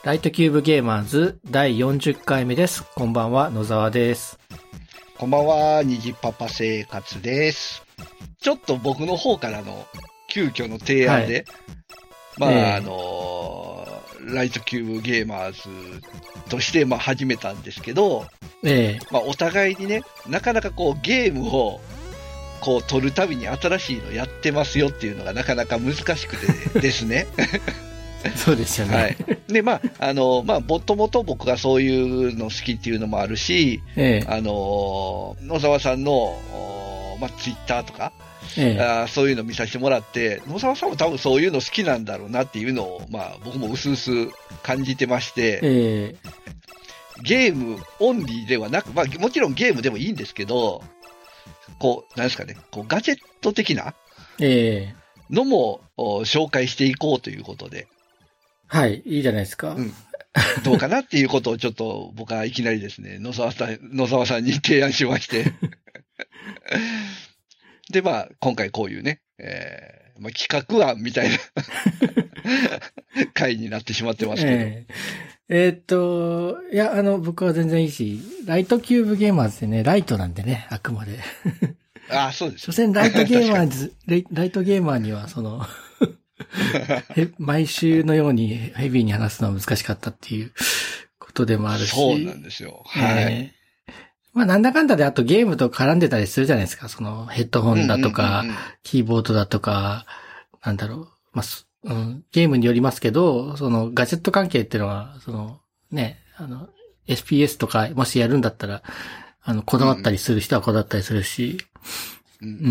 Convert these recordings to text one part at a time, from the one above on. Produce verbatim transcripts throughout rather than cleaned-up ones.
ライトキューブゲーマーズだいよんじゅっかいめです。こんばんは、野沢です。 こんばんは、虹パパ生活です。ちょっと僕の方からの急遽の提案で、はい、まあ、えー、あのー、ライトキューブゲーマーズとしてまあ始めたんですけど、えー、まあお互いにね、なかなかこうゲームをこう取るたびに新しいのやってますよっていうのがなかなか難しくてですね。 そうですよね。 はい。で、まあ、あの、まあ、もともと僕がそういうの好きっていうのもあるし、ええ、あの、野沢さんの、まあ、ツイッターとか、ええ、あそういうの見させてもらって、野沢さんも多分そういうの好きなんだろうなっていうのを、まあ、僕も薄々感じてまして、ええ、ゲームオンリーではなく、まあ、もちろんゲームでもいいんですけど、こう、なんですかね、こう、ガジェット的なのも、ええ、紹介していこうということで、 はい、いいじゃないですか。 うん。どうかなっていうことをちょっと僕はいきなりですね、野沢さん、野沢さんに提案しまして。で、まあ、今回こういうね、えー、まあ、企画案みたいな回になってしまってますけど。 えー、えー、っと、いや、あの、僕は全然いいし、ライトキューブゲーマーズでね、ライトなんでね、あくまで。 ああ、そうです。 所詮ライトゲーマーズ、ライトゲーマーには、その、毎週のようにヘビーに話すのは難しかったっていうことでもあるし。 そうなんですよ。はい。 えー、まあなんだかんだであとゲームと絡んでたりするじゃないですか。そのヘッドホンだとか、キーボードだとか、なんだろう。まあ、うん、ゲームによりますけど、そのガジェット関係っていうのは、そのね、あの、エスピーエス とかもしやるんだったら、あの、こだわったりする人はこだわったりするし、うん、うん。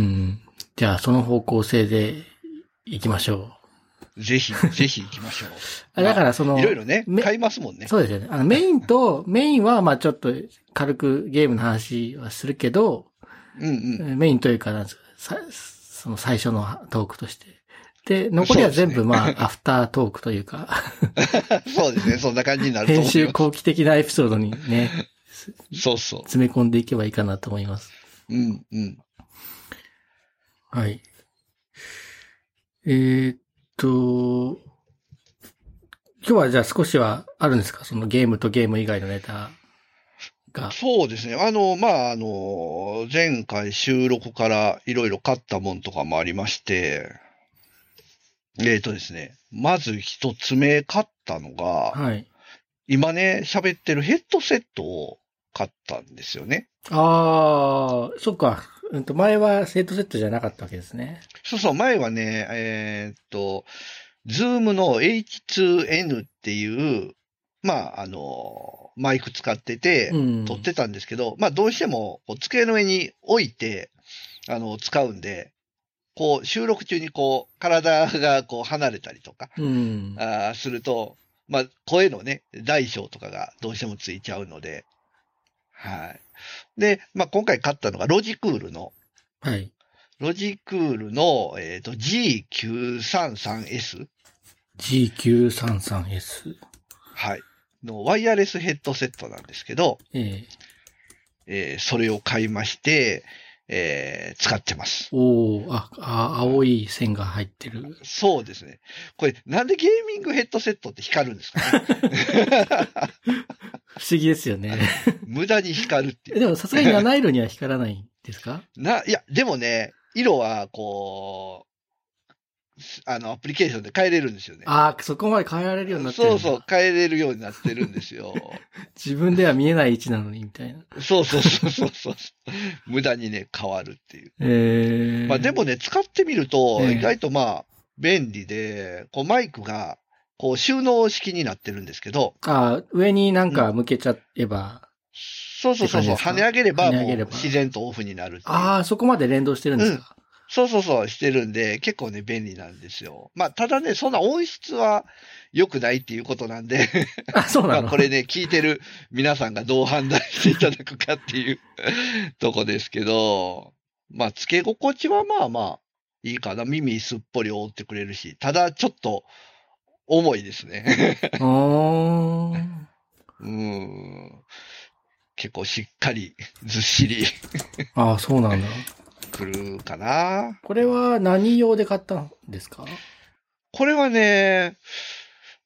じゃあその方向性で行きましょう。 ぜひ、ぜひ行きましょう。 あだからその、 いろいろね、買いますもんね。 そうですよね。あのメインと、メインはまあちょっと軽くゲームの話はするけど、うんうん、メインというかなんですか、その最初のトークとして。で、残りは全部まあ、ね、アフタートークというか。 そうですね、そんな感じになると思います。 編集後期的なエピソードにね。 そうそう。 詰め込んでいけばいいかなと思います。 うんうん。 はい。えーと、今日はじゃあ少しはあるんですか？そのゲームとゲーム以外のネタが。 そうですね。あの、まあ、あの、前回収録からいろいろ買ったもんとかもありまして、えーとですね、まず一つ目買ったのが、はい、今ね、喋ってるヘッドセットを買ったんですよね。 ああ、そっか。うんと、前はヘッドセットじゃなかったわけですね。 そうそう、前はね、えー、っと、ズームの エイチツーエヌ っていう、まあ、あの、マイク使ってて、撮ってたんですけど、うん、まあ、どうしても、机の上に置いて、あの、使うんで、こう、収録中にこう、体がこう、離れたりとか、うん、あすると、まあ、声のね、大小とかがどうしてもついちゃうので、はい。で、まあ、今回買ったのがロジクールの、はい。ロジクールの、えっと、ジーきゅうさんさんエス。 ジーきゅうさんさんエス。 はい。のワイヤレスヘッドセットなんですけど、えええー、それを買いまして、えー、使ってます。 おー、あ、あ、青い線が入ってる。 そうですね。これ、なんでゲーミングヘッドセットって光るんですかね。 不思議ですよね。 無駄に光るっていう。 でもさすがに七色には光らないんですか？ な、いや、でもね、色は、こう、あの、アプリケーションで変えれるんですよね。 ああ、そこまで変えられるようになってるんだ。 そうそう、変えれるようになってるんですよ。 自分では見えない位置なのに、みたいな。 そうそうそうそうそう。無駄にね、変わるっていう。 えー、 まあでもね、使ってみると、意外とまあ、便利で、こうマイクが、こう収納式になってるんですけど。 ああ、上になんか向けちゃえば、うん。 そうそうそうそう、跳ね上げれば、もう自然とオフになるっていう。 ああ、そこまで連動してるんですか？ うん、そうそうそう、してるんで、結構ね、便利なんですよ。まあ、ただね、そんな音質は良くないっていうことなんで。 あ、そうなの？ まあ、これね、聞いてる皆さんがどう判断していただくかっていうとこですけど、まあ、付け心地はまあまあ、いいかな。耳すっぽり覆ってくれるし、ただちょっと、重いですね。 うーん。結構しっかり、ずっしり。 ああ、そうなんだ。 くるかな。 これは何用で買ったんですか？ これはね、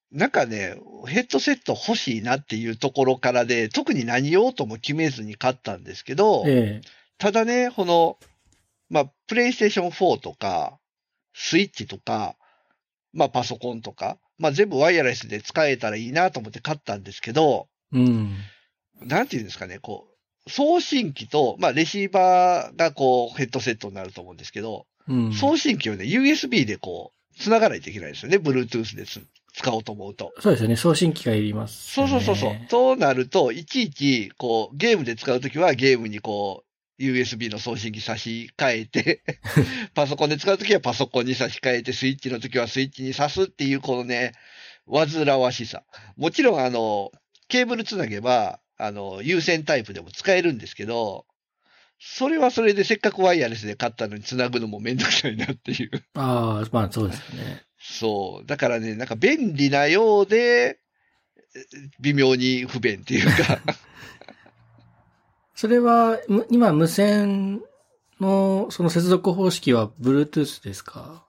なんかね、ヘッドセット欲しいなっていうところからで、特に何用とも決めずに買ったんですけど、 ええ、 ただね、この、まあ、プレイステーションフォーとか、スイッチとか、まあ、パソコンとか、まあ、全部ワイヤレスで使えたらいいなと思って買ったんですけど、 うん。 なんていうんですかね、こう、送信機と、まあ、レシーバーがこう、ヘッドセットになると思うんですけど、 うん。 送信機をね、ユーエスビー でこう、繋がないといけないですよね。Bluetooth でつ使おうと思うと。 そうですよね。送信機がいりますそうよね。 そうそうそう。そうなると、いちいち、こう、ゲームで使うときはゲームにこう、ユーエスビー の送信機差し替えて、パソコンで使うときはパソコンに差し替えて、スイッチのときはスイッチに挿すっていう、このね、煩わしさ。もちろん、あの、ケーブルつなげば、あの、有線タイプでも使えるんですけど、それはそれでせっかくワイヤレスで買ったのにつなぐのもめんどくさいなっていう。 ああ、まあそうですよね。 そう。だからね、なんか便利なようで、微妙に不便っていうか。 それは、む今無線のその接続方式は Bluetooth ですか？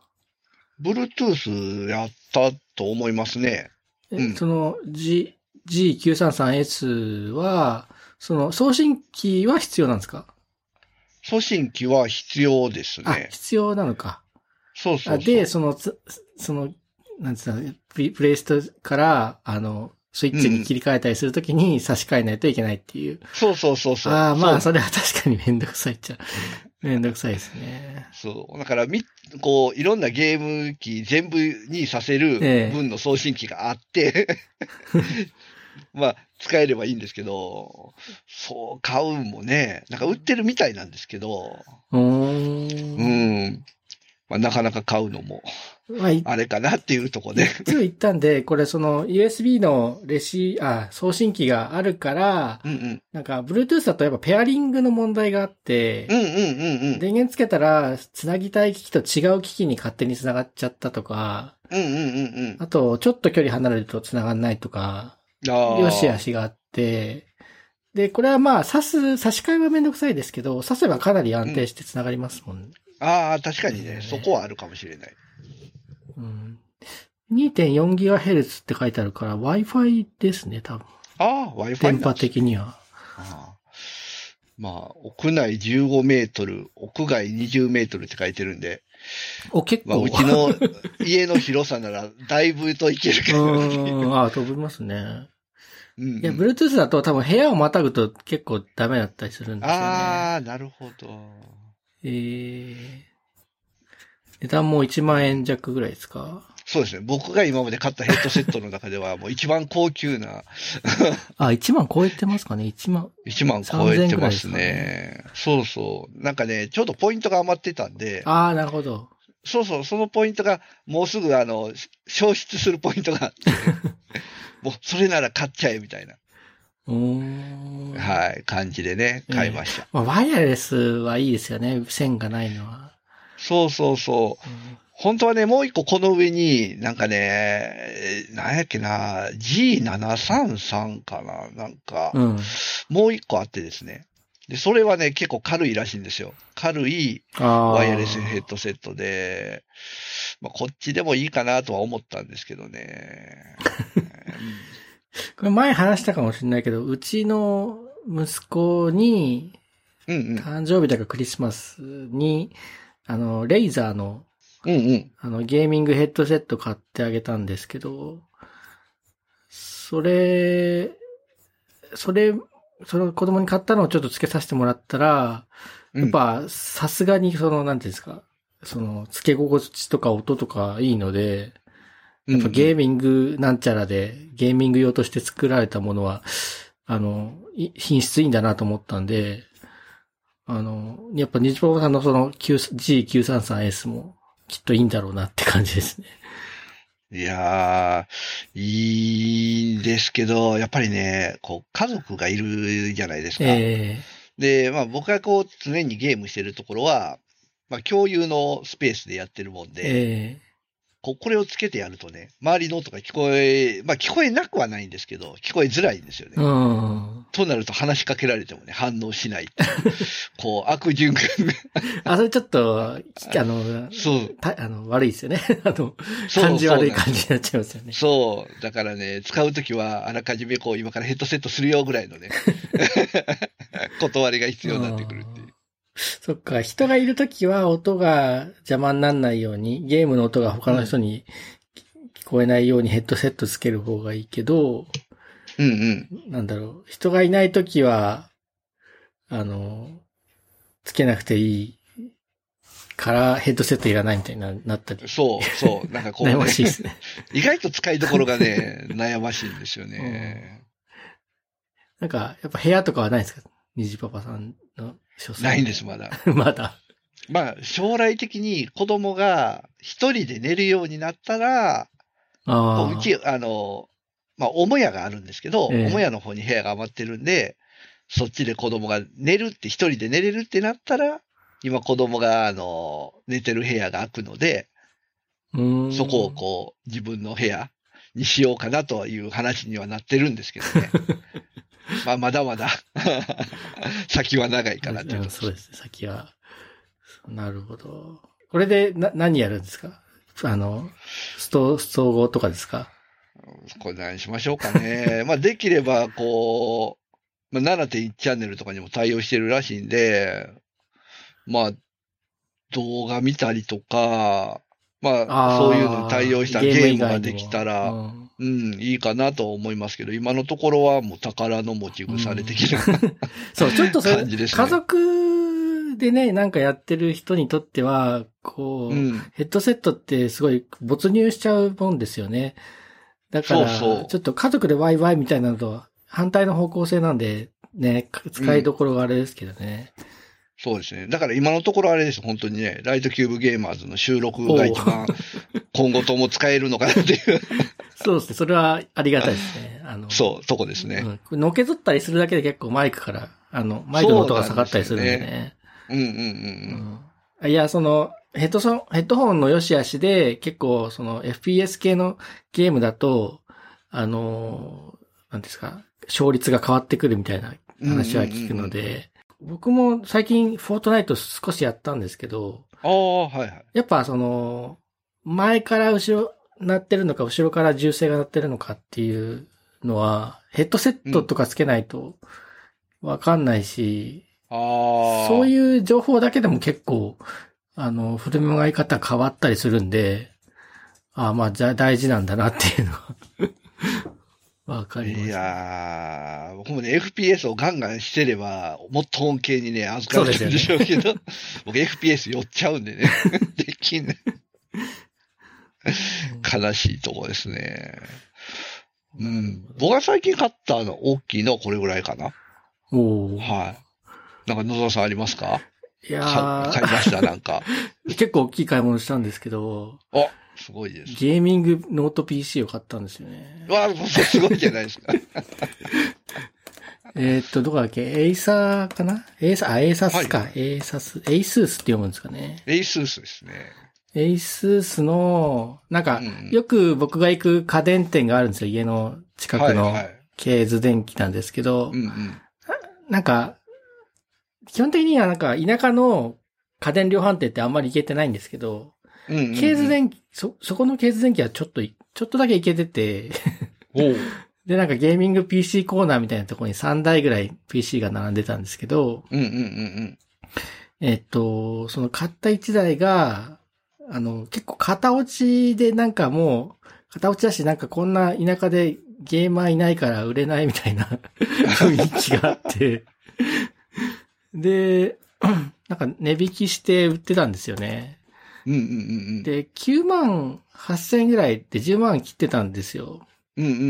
Bluetooth やったと思いますね。うん。 その G、ジーきゅうさんさんエス は、その送信機は必要なんですか？ 送信機は必要ですあ、 ね。 必要なのか。 そうそうそう。 で、その、その、なんつうの、プレイストから、あの、スイッチに切り替えたりするときに差し替えないといけないっていう。 そうそうそうそう。 ああ、まあ、それは確かにめんどくさいっちゃ。めんどくさいですね。 そう。だから、み、こう、いろんなゲーム機全部にさせる分の送信機があって、ええ、まあ、使えればいいんですけど、そう、買うんもね、なんか売ってるみたいなんですけど、 うーん。 うん。まあ、なかなか買うのも、まあ、あれかなっていうところで。 一応言ったんで、これその ユーエスビー のレシ、あ、送信機があるから、 うんうん、 なんか Bluetooth だとやっぱペアリングの問題があって、 うんうんうんうん、 電源つけたら、つなぎたい機器と違う機器に勝手につながっちゃったとか、 うんうんうんうん、 あと、ちょっと距離離れるとつながんないとか、よしあしがあって、で、これはまあ、挿す、差し替えはめんどくさいですけど、挿せばかなり安定してつながりますもんね。 うん、ああ、確かにね、ね、そこはあるかもしれない。 うん、にてんよんギガヘルツ って書いてあるから Wi-Fi ですね、多分。 ああ、Wi-Fi 電波的には。 ああ、まあ、屋内じゅうごメートル、屋外にじゅうメートルって書いてるんで。 お、結構。 まあ、うちの家の広さなら、だいぶといけるかな。 うん、ああ、飛びますね。 うんうん、 いや、Bluetooth だと多分部屋をまたぐと結構ダメだったりするんですよね。 ああ、なるほど。 えー、値段もいちまんえん弱ぐらいですか？ そうですね。僕が今まで買ったヘッドセットの中ではもう一番高級な。 あ、いちまん超えてますかね？ いち 万。 いちまん超えてますね。ねそうそう。なんかね、ちょうどポイントが余ってたんで。 ああ、なるほど。 そうそう、そのポイントがもうすぐあの、消失するポイントがあって。もうそれなら買っちゃえみたいな。はい、感じでね、買いました。 えーまあ、ワイヤレスはいいですよね、線がないのは。 そうそうそう。うん、本当はね、もう一個この上に、なんかね、なんやっけな、ジーななさんさん かな、なんか、うん、もう一個あってですね。で、それはね、結構軽いらしいんですよ。軽いワイヤレスヘッドセットで、まあ、こっちでもいいかなとは思ったんですけどね。 これ前話したかもしれないけど、うちの息子に、誕生日だかクリスマスに、あの、レイザーの、 うんうん、 あの、ゲーミングヘッドセット買ってあげたんですけど、それ、それ、その子供に買ったのをちょっと付けさせてもらったら、やっぱ、さすがにその、なんていうんですか、その、付け心地とか音とかいいので、やっぱゲーミングなんちゃらで、ゲーミング用として作られたものは、あの、品質いいんだなと思ったんで、あの、やっぱニジパパさんのその ジーきゅうさんさんエス もきっといいんだろうなって感じですね。 いやー、いいですけど、やっぱりね、こう、家族がいるじゃないですか。えー、で、まあ僕がこう、常にゲームしてるところは、まあ共有のスペースでやってるもんで、えー、ここれをつけてやるとね、周りの音が聞こえ、まあ聞こえなくはないんですけど、聞こえづらいんですよね。うん、 となると話しかけられてもね、反応しないっていう。こう、悪循環が。 あ、それちょっと、あの、 そう。 たあの悪いですよね。あの、感じ悪い感じになっちゃいますよね。 そう。だからね、使うときは、あらかじめこう、今からヘッドセットするよぐらいのね、断りが必要になってくるっていう。 そっか、人がいるときは音が邪魔にならないように、ゲームの音が他の人に聞こえないようにヘッドセットつける方がいいけど、 うんうん。 なんだろう、人がいないときは、あの、つけなくていいからヘッドセットいらないみたいになったり。 そう、そう。なんかこう、ね、 悩ましいですね。 意外と使いどころがね、悩ましいんですよね。 うん、なんか、やっぱ部屋とかはないですか？虹パパさんの書斎。 ないんです、まだ。 まだ。 まあ、将来的に子供が一人で寝るようになったら、 あうち、あの、まあ、母屋があるんですけど、えー、母屋の方に部屋が余ってるんで、そっちで子供が寝るって、一人で寝れるってなったら、今子供が、あの、寝てる部屋が空くので、 うんそこをこう、自分の部屋にしようかなという話にはなってるんですけどね。まあ、まだまだ先は長いかなというと。 そうですね、先は。なるほど。これでな、何やるんですか？あの、スト、総合とかですか？ これ何しましょうかね。まあ、できれば、こう、まあ、ななてんいち チャンネルとかにも対応してるらしいんで、まあ、動画見たりとか、まあ、そういうのに対応したゲームができたら、うん、うん、いいかなと思いますけど、今のところはもう宝の持ち腐れ的な、うん、 そう、ちょっとそれ、 感じですね。 家族でね、なんかやってる人にとっては、こう、うん、ヘッドセットってすごい没入しちゃうもんですよね。だから、そうそうちょっと家族でワイワイみたいなのと反対の方向性なんで、ね、使いどころがあれですけどね。 うん、そうですね。だから今のところあれです。本当にね、ライトキューブゲーマーズの収録が一番今後とも使えるのかなっていう。 そうですね。それはありがたいですね。あのそう、とこですね。 うん。のけぞったりするだけで結構マイクから、あの、マイクの音が下がったりするんでね。 うでねうんうんうんうん。いや、その、ヘッドソン、ヘッドホンの良し悪しで結構その エフピーエス 系のゲームだと、あの、なんですか、勝率が変わってくるみたいな話は聞くので、うんうんうんうん僕も最近フォートナイト少しやったんですけど、 ああ、はいはい。 やっぱその、前から後ろ鳴ってるのか、後ろから銃声が鳴ってるのかっていうのは、ヘッドセットとかつけないとわかんないし、 うん、あそういう情報だけでも結構、あの、振る舞い方変わったりするんで、ああ、まあ、じゃあ大事なんだなっていうのは。わかります、ね。 いやー、僕もね、エフピーエス をガンガンしてれば、もっと恩恵にね、預かれてるんでしょうけど、ね、僕 エフピーエス 寄っちゃうんでね、できんね。悲しいとこですね。うん。僕が最近買ったの、大きいのはこれぐらいかな。 おはい。なんか野沢さんありますか？ いやー。 買いました、なんか。 結構大きい買い物したんですけど。 あすごいです。 ゲーミングノート ピーシー を買ったんですよね。 わあ、すごいじゃないですか。 えっと、どこだっけエイサーかなエイサー、あ、エイサスか。はい、エイサス、エイスースって読むんですかね。 エイスースですね。 エイスースの、なんか、うん、よく僕が行く家電店があるんですよ。家の近くのケーズ電機なんですけど、 うんうん、 なんか、基本的にはなんか田舎の家電量販店ってあんまり行けてないんですけど、 うんうんうん、 ケーズ電機、そ、そこのケーズ電機はちょっと、ちょっとだけ行けてておで、なんかゲーミング ピーシー コーナーみたいなところにさんだいぐらい ピーシー が並んでたんですけど、 うんうんうんうん、 えっと、その買ったいちだいが、あの、結構型落ちでなんかもう、型落ちだしなんかこんな田舎でゲーマーいないから売れないみたいな雰囲気があってで、なんか値引きして売ってたんですよね。 うんうんうんうん、 で、きゅうまんはっせんえんぐらいでじゅうまん切ってたんですよ。 うんうんうんうん。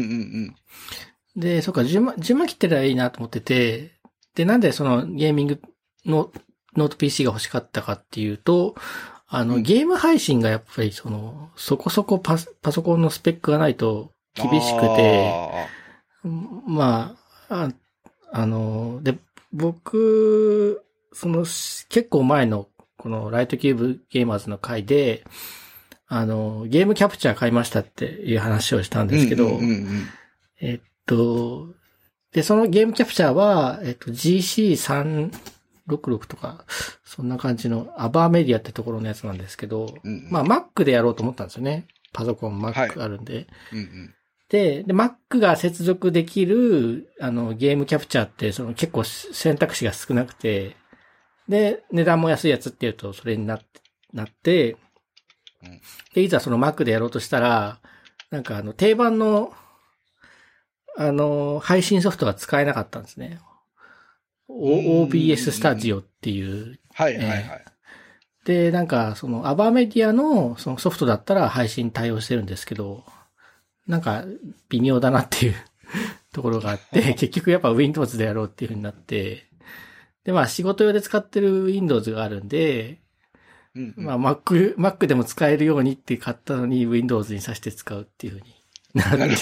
で、そっか、じゅうまん、じゅうまん切ってたらいいなと思ってて、で、なんでそのゲーミングのノート ピーシー が欲しかったかっていうと、あの、うん、ゲーム配信がやっぱりその、そこそこパス、パソコンのスペックがないと厳しくて、まあ、あ、あの、で、僕、その、結構前のこのライトキューブゲーマーズの回で、あの、ゲームキャプチャー買いましたっていう話をしたんですけど、 うんうんうんうん、 えっと、 で、そのゲームキャプチャーは、えっと、ジーシーさんろくろく とか、そんな感じのアバーメディアってところのやつなんですけど、うんうん、まあ Mac でやろうと思ったんですよね。パソコン Mac あるんで。はいうんうん、で、で、Mac が接続できる、あの、ゲームキャプチャーって、その結構選択肢が少なくて、で、値段も安いやつっていうと、それになって、なって、で、いざその Mac でやろうとしたら、なんかあの、定番の、あの、配信ソフトが使えなかったんですね。オービーエス スタジオっていう。 はいはいはい。 で、なんか、その、アバーメディアのそのソフトだったら配信対応してるんですけど、なんか、微妙だなっていうところがあって、結局やっぱ Windows でやろうっていう風になって、で、まあ仕事用で使ってる Windows があるんで、うんうん、まあ Mac、Mac でも使えるようにって買ったのに Windows にさして使うっていう風になって、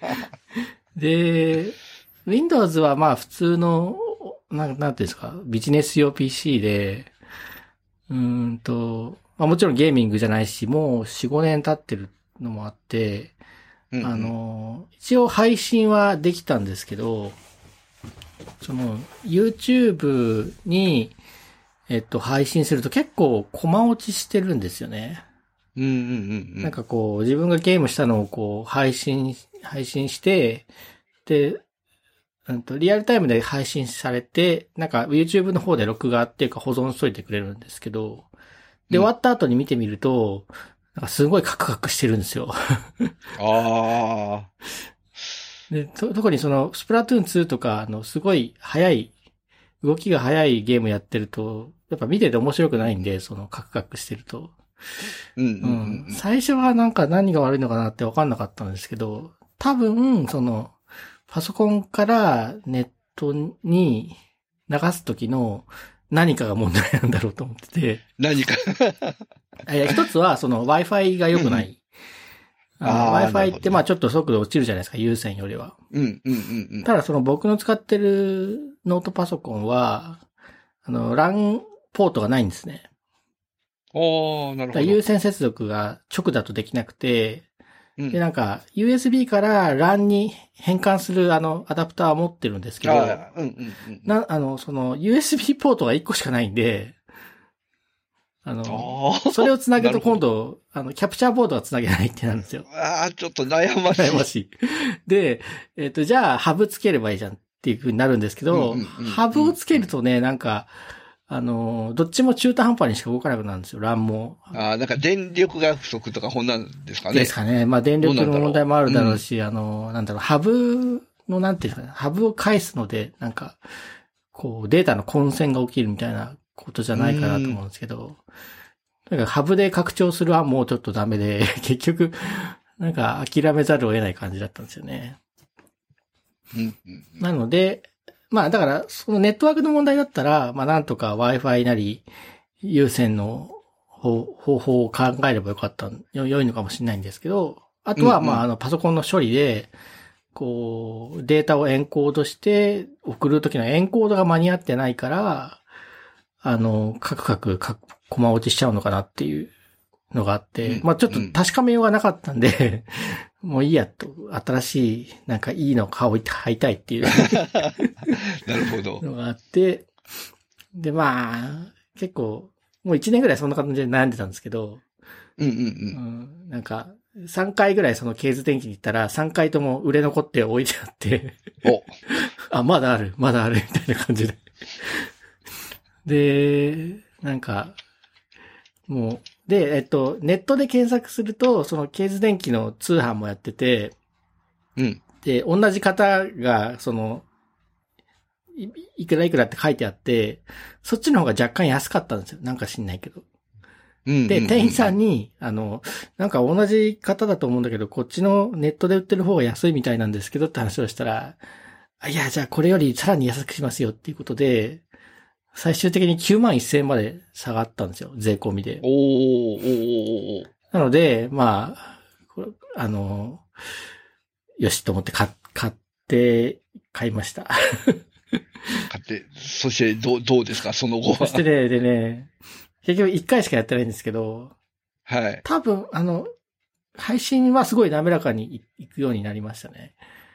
で、Windows はまあ普通の、なん、なんていうんですか、ビジネス用 ピーシー で、うーんと、まあもちろんゲーミングじゃないし、もうよん、ごねん経ってるのもあって、うんうん、あの、一応配信はできたんですけど、その、YouTube に、えっと、配信すると結構コマ落ちしてるんですよね。 うんうんうんうん、 なんかこう、自分がゲームしたのをこう、配信、配信して、で、うんと、リアルタイムで配信されて、なんか YouTube の方で録画っていうか保存しといてくれるんですけど、で、終わった後に見てみると、なんかすごいカクカクしてるんですよ。 ああ。 で、特にその、スプラトゥーンツーとか、あの、すごい速い、動きが速いゲームやってると、やっぱ見てて面白くないんで、そのカクカクしてると。 うんうんうんうん、 最初はなんか何が悪いのかなって分かんなかったんですけど、多分、その、パソコンからネットに流すときの何かが問題なんだろうと思ってて。 何かいや一つは、その Wi-Fi が良くない。うん、Wi-Fi ってまあちょっと速度落ちるじゃないですか、有線よりは。 うんうんうんうん、 ただその僕の使ってるノートパソコンは、あの、ラン ポートがないんですね。 おー、なるほど。 有線接続が直だとできなくて、うん、で、なんか、ユーエスビー から ラン に変換するあの、アダプターを持ってるんですけど、 あ、うんうんうん、 な、あの、その、ユーエスビー ポートがいっこしかないんで、あの、あそれをつなげると今度、あの、キャプチャーボードがつなげないってなるんですよ。 ああ、ちょっと悩ましい。 悩ましい。で、えっと、じゃあ、ハブつければいいじゃんっていう風になるんですけど、うんうんうんうん、ハブをつけるとね、なんか、あの、どっちも中途半端にしか動かなくなるんですよ、ラン も。 ああ、なんか電力が不足とか、こんなんですかね。 ですかね。まあ、電力の問題もあるだろうし、うん、あの、なんだろう、ハブの、なんていうんですかね、ハブを返すので、なんか、こう、データの混戦が起きるみたいなことじゃないかなと思うんですけど、とにかくハブで拡張するはもうちょっとダメで、結局、なんか諦めざるを得ない感じだったんですよね。 うんうんうん、 なので、まあだから、そのネットワークの問題だったら、まあなんとか Wi-Fi なり、有線の方法を考えればよかった、よ、良いのかもしれないんですけど、あとはまああのパソコンの処理で、こう、データをエンコードして送るときのエンコードが間に合ってないから、あの、カクカク、カク、コマ落ちしちゃうのかなっていうのがあって、まあちょっと確かめようがなかったんで、もういいやと、新しい、なんかいいの買いたいっていうなるほど。 のがあって、で、まあ、結構、もう一年ぐらいそんな感じで悩んでたんですけど、 うんうんうん。 うん、なんか、さんかいぐらいそのケーズ電機に行ったら、さんかいとも売れ残って置いてあっておあ、まだある、まだある、みたいな感じでで、なんか、もう、で、えっと、ネットで検索すると、そのケーズ電機の通販もやってて、 うん。 で、同じ方が、その、い, いくらいくらって書いてあって、そっちの方が若干安かったんですよ。なんか知んないけど。 うんうんうんうん、 で、店員さんに、あの、なんか同じ方だと思うんだけど、こっちのネットで売ってる方が安いみたいなんですけどって話をしたら、いや、じゃあこれよりさらに安くしますよっていうことで、最終的にきゅうまんせんえんまで下がったんですよ。税込みで。 おー、おー、おー。 なので、まあ、あの、よしと思って買、買って、買いました。 買って、そしてどう、どうですかその後は。 そしてね、でね、結局いっかいしかやってないんですけど、 はい。 多分、あの、配信はすごい滑らかにいくようになりましたね。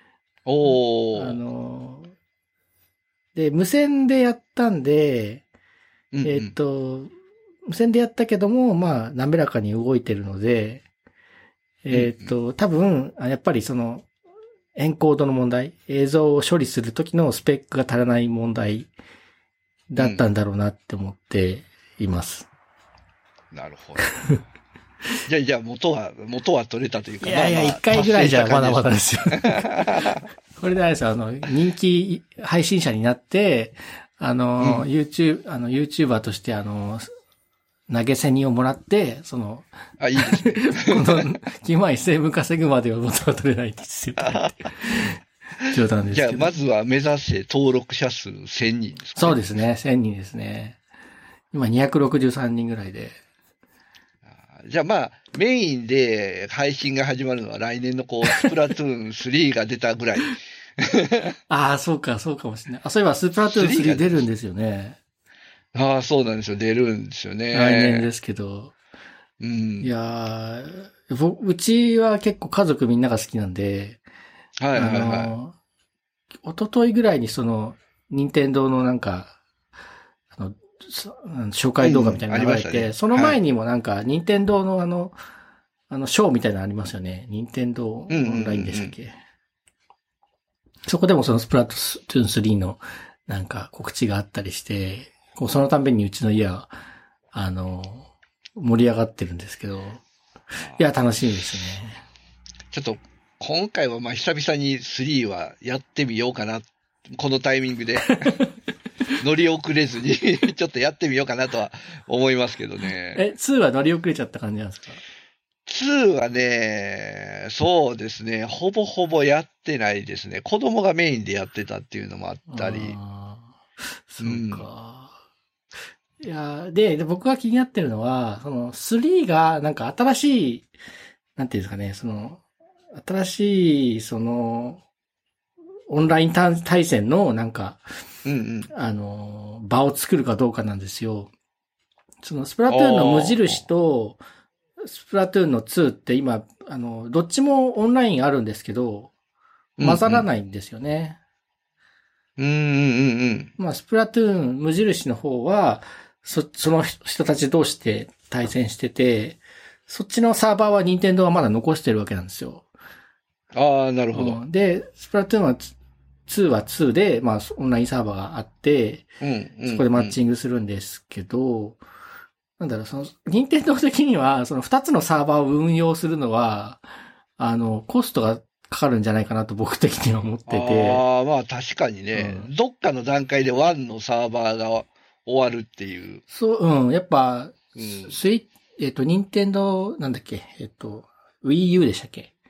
おー。 あの、で、無線でやったんで、 うんうん、 えっと、無線でやったけども、まあ、滑らかに動いてるので、えっと、多分、やっぱりその、エンコードの問題、映像を処理するときのスペックが足らない問題だったんだろうなって思っています。 うん、なるほど。じゃあ、じゃあ元は、元は取れたというか。 いやいや、一、まあまあ、回ぐらいじゃまだまだですよ。これであれですよ、あの、人気配信者になって、あの、うん、YouTube、あの、YouTuber としてあの、投げ銭をもらって、その、 あ、いいですね。 この、きゅうまんせんぶん稼ぐまでは元は取れないんですよ。冗談ですけど。 じゃあ、まずは目指して登録者数せんにんですか、ね、 そうですね、せんにんですね。今にひゃくろくじゅうさんにんぐらいで。 じゃあまあ、メインで配信が始まるのは来年のこう、スプラトゥーンスリーが出たぐらい。 ああ、そうか、そうかもしれない。あ、そういえばスプラトゥーンスリー出るんですよね。 ああ、そうなんですよ。出るんですよね。 来年ですけど。 うん。 いやー、うちは結構家族みんなが好きなんで、 はいはいはい。あの、一昨日ぐらいにその、任天堂のなんか、あの、紹介動画みたいなのが流れて、うんね、その前にもなんか、任天堂のあの、あの、ショーみたいなのありますよね。任天堂オンラインでしたっけ、うんうんうん、そこでもそのスプラトゥーンスリーのなんか告知があったりして、こうそのためにうちの家は、あの、盛り上がってるんですけど、いや、楽しみですね。 ちょっと、今回はまあ久々にスリーはやってみようかな。このタイミングで。乗り遅れずに、ちょっとやってみようかなとは思いますけどね。 え、ツーは乗り遅れちゃった感じなんですか？ ツーはね、そうですね、ほぼほぼやってないですね。子供がメインでやってたっていうのもあったり。 あそうか。うん、いやで、で、僕が気になってるのは、そのスリーがなんか新しい、なんていうんですかね、その、新しい、その、オンライン対戦のなんか、 うんうん、 あの、場を作るかどうかなんですよ。そのスプラトゥーンの無印と、スプラトゥーンのツーって今、あの、どっちもオンラインあるんですけど、混ざらないんですよね。 うんうん、うんうんうん。 まあ、スプラトゥーン無印の方は、そ、その人たち同士で対戦してて、そっちのサーバーは任天堂はまだ残してるわけなんですよ。 ああ、なるほど、 うん。で、スプラトゥーンはツーはツーで、まあ、オンラインサーバーがあって、 うんうんうん、 そこでマッチングするんですけど、なんだろう、その、任天堂的には、その二つのサーバーを運用するのは、あの、コストがかかるんじゃないかなと僕的には思ってて。 ああ、まあ確かにね、うん、どっかの段階でワンのサーバーが終わるっていう。 そう、うん、やっぱ、うん、スイえっと、任天堂、なんだっけ、えっと、Wii U でしたっけ？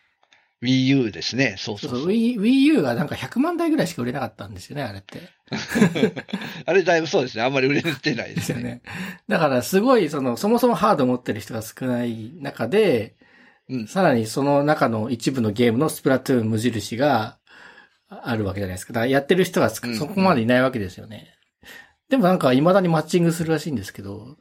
Wii U ですね。そうそうそう。そうそう Wii, Wii U がなんかひゃくまんだいぐらいしか売れなかったんですよね、あれって。 あれだいぶそうですね。あんまり売れてないですね。ですよね。 だからすごい、その、そもそもハード持ってる人が少ない中で、うん、さらにその中の一部のゲームのスプラトゥーン無印があるわけじゃないですか。だからやってる人がそこまでいないわけですよね。うんうん、でもなんか未だにマッチングするらしいんですけど。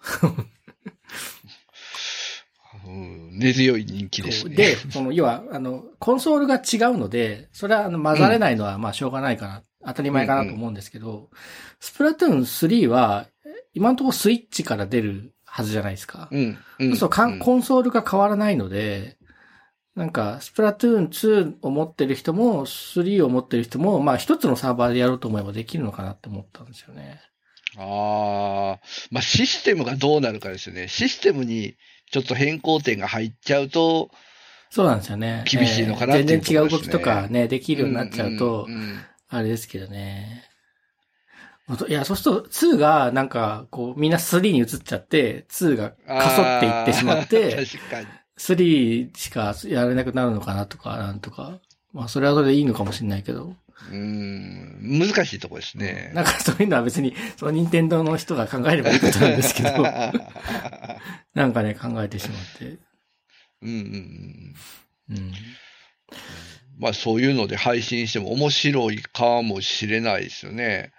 うん、根強い人気ですね。 で、その、要は、あの、コンソールが違うので、それはあの混ざれないのはまあしょうがないかな、うん、当たり前かなと思うんですけど、うんうん、スプラトゥーンスリーは、今のところスイッチから出るはずじゃないですか。 うんうん、 そうするとコンソールが変わらないので、なんか、スプラトゥーンツーを持ってる人も、スリーを持ってる人も、まあ一つのサーバーでやろうと思えばできるのかなって思ったんですよね。 ああ、まあシステムがどうなるかですよね。システムにちょっと変更点が入っちゃうと、 そうなんですよね。 厳しいのかなっていうところですね。 全然違う動きとかね、できるようになっちゃうと、うんうんうん、あれですけどね。いや、そうするとツーがなんか、こう、みんなスリーに移っちゃって、ツーがかそっていってしまって、 確かに。 スリーしかやれなくなるのかなとか、なんとか。まあ、それはそれでいいのかもしれないけど。 うーん、難しいとこですね。 なんかそういうのは別に、その任天堂の人が考えればいいことなんですけど。なんかね、考えてしまって。 うんうんうん。うん。 まあそういうので配信しても面白いかもしれないですよね。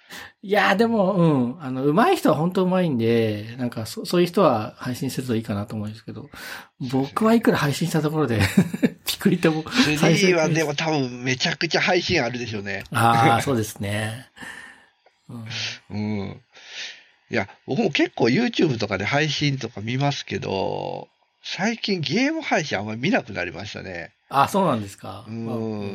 いやーでも、うん。あの、上手い人は本当上手いんで、なんかそ、そういう人は配信するといいかなと思うんですけど、僕はいくら配信したところで、ピクリとも再生。スリーはでも多分めちゃくちゃ配信あるでしょうね。 ああ、そうですね。 うん。うん。いや、僕も結構 YouTube とかで配信とか見ますけど、最近ゲーム配信あんまり見なくなりましたね。 あ、そうなんですか。 うん。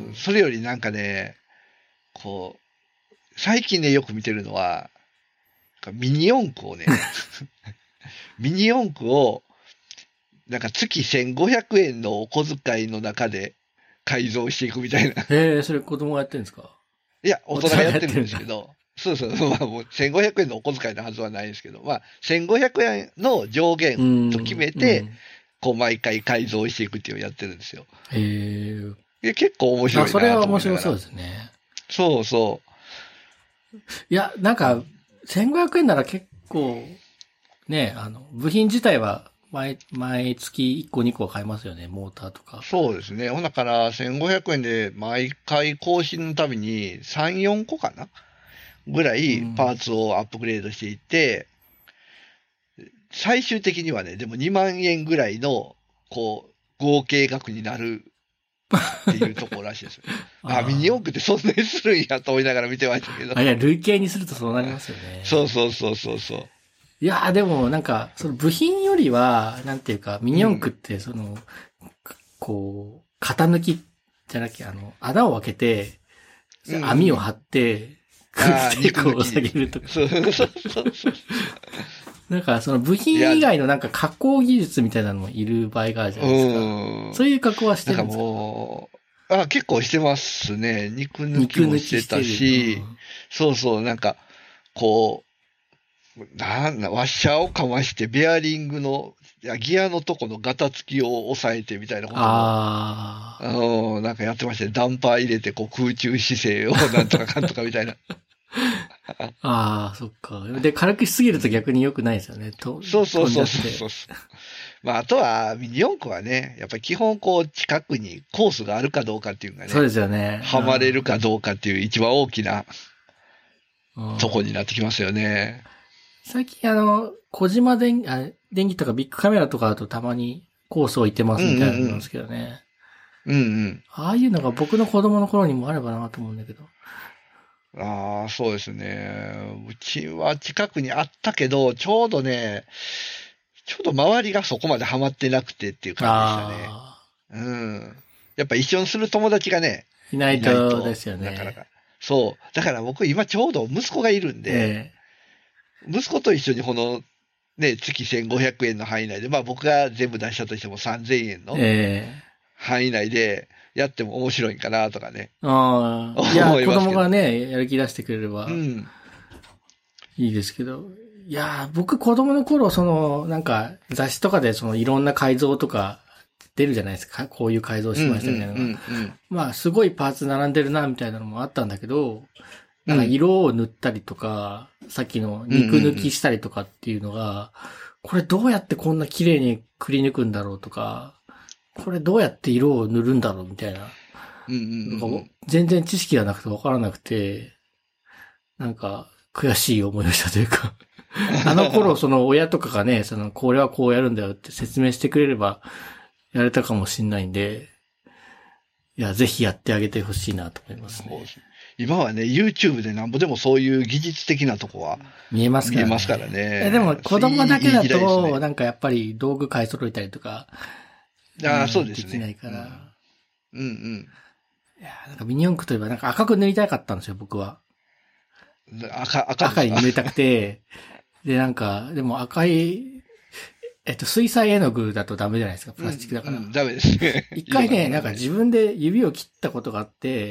それよりなんかね、こう、最近ね、よく見てるのは、ミニ四駆をね、ミニ四駆を、なんか月せんごひゃくえんのお小遣いの中で改造していくみたいな。 へえ、それ子供がやってるんですか？ いや、大人がやってるんですけど、そうそう、まあもうせんごひゃくえんのお小遣いのはずはないんですけど、まあせんごひゃくえんの上限と決めて、こう毎回改造していくっていうのをやってるんですよ。 へえ。結構面白いなと思いながら。 あ、それは面白そうですね。 そうそう。 いや、なんか、せんごひゃくえんなら結構、ね、あの、部品自体は毎、毎月いっこにこは買えますよね、モーターとか。 そうですね。ほんだからせんごひゃくえんで毎回更新のたびにさん、よんこかなぐらいパーツをアップグレードしていって、うん、最終的にはね、でもにまんえんぐらいの、こう、合計額になるっていうところらしいですよ。あ、ミニ四駆ってそんなにするんやと思いながら見てましたけど。 あ、いや、累計にするとそうなりますよね。 そうそうそうそうそう。 いやーでもなんか、その部品よりは、なんていうか、ミニ四駆ってその、うん、こう、型抜きじゃなきゃ、あの、穴を開けて、網を張って、空気抵抗を下げるとか。そうそうそうそう。なんか、その部品以外のなんか加工技術みたいなのもいる場合があるじゃないですか。うん、そういう加工はしてるんですか？ なんかもう、あ、結構してますね。肉抜きもしてたし、うん、そうそう、なんか、こう、なんだ、ワッシャーをかまして、ベアリングの、いやギアのとこのガタつきを抑えてみたいなことも、ああなんかやってましたね。ダンパー入れて、こう空中姿勢をなんとかかんとかみたいな。 ああ、そっか。で、軽くしすぎると逆に良くないですよね。とそうそうそうそうそう。まあ、あとは、ミニ四駆はね、やっぱり基本こう、近くにコースがあるかどうかっていうのがね。 そうですよね。 はまれるかどうかっていう一番大きなとこになってきますよね。 最近あの、小島電、あ電気とかビッグカメラとかだとたまにコース置いてますみたいなのなんですけどね。 うんうん。うんうん。 ああいうのが僕の子供の頃にもあればなと思うんだけど。 ああ、そうですね。うちは近くにあったけど、ちょうどね、ちょうど周りがそこまでハマってなくてっていう感じでしたね。うん。やっぱ一緒にする友達がね、 いないとですよね。 なかなか。そう。だから僕今ちょうど息子がいるんで、ええ、息子と一緒にこの、ね、月せんごひゃくえんの範囲内で、まあ僕が全部出したとしてもさんぜんえんの範囲内でやっても面白いんかなとかね。 ああ。いや、子供がね、やる気出してくれれば、いいですけど。うん、いや、僕子供の頃、その、なんか雑誌とかでそのいろんな改造とか出るじゃないですか。こういう改造しましたみたいなのが。うんうんうんうん、まあ、すごいパーツ並んでるな、みたいなのもあったんだけど、なんか色を塗ったりとか、うん、さっきの肉抜きしたりとかっていうのが、これどうやってこんな綺麗にくり抜くんだろうとか、これどうやって色を塗るんだろうみたいな。うんうんうん、全然知識がなくて分からなくて、なんか悔しい思いをしたというか、あの頃その親とかがね、そのこれはこうやるんだよって説明してくれればやれたかもしれないんで、いや、ぜひやってあげてほしいなと思いますね。 今はね、YouTube でなんぼでもそういう技術的なとこは見えますからね。 見えますからね。 でも子供だけだと、ね、なんかやっぱり道具買い揃えたりとか、 ああ、そうですね。 できないから。 うん、うん、うん。 いや、なんかミニ四駆といえばなんか赤く塗りたかったんですよ、僕は。 赤、赤赤に塗りたくて、で、なんか、でも赤い、えっと、水彩絵の具だとダメじゃないですか、プラスチックだから。 うんうん、ダメですね。 一回ね、なんか自分で指を切ったことがあって、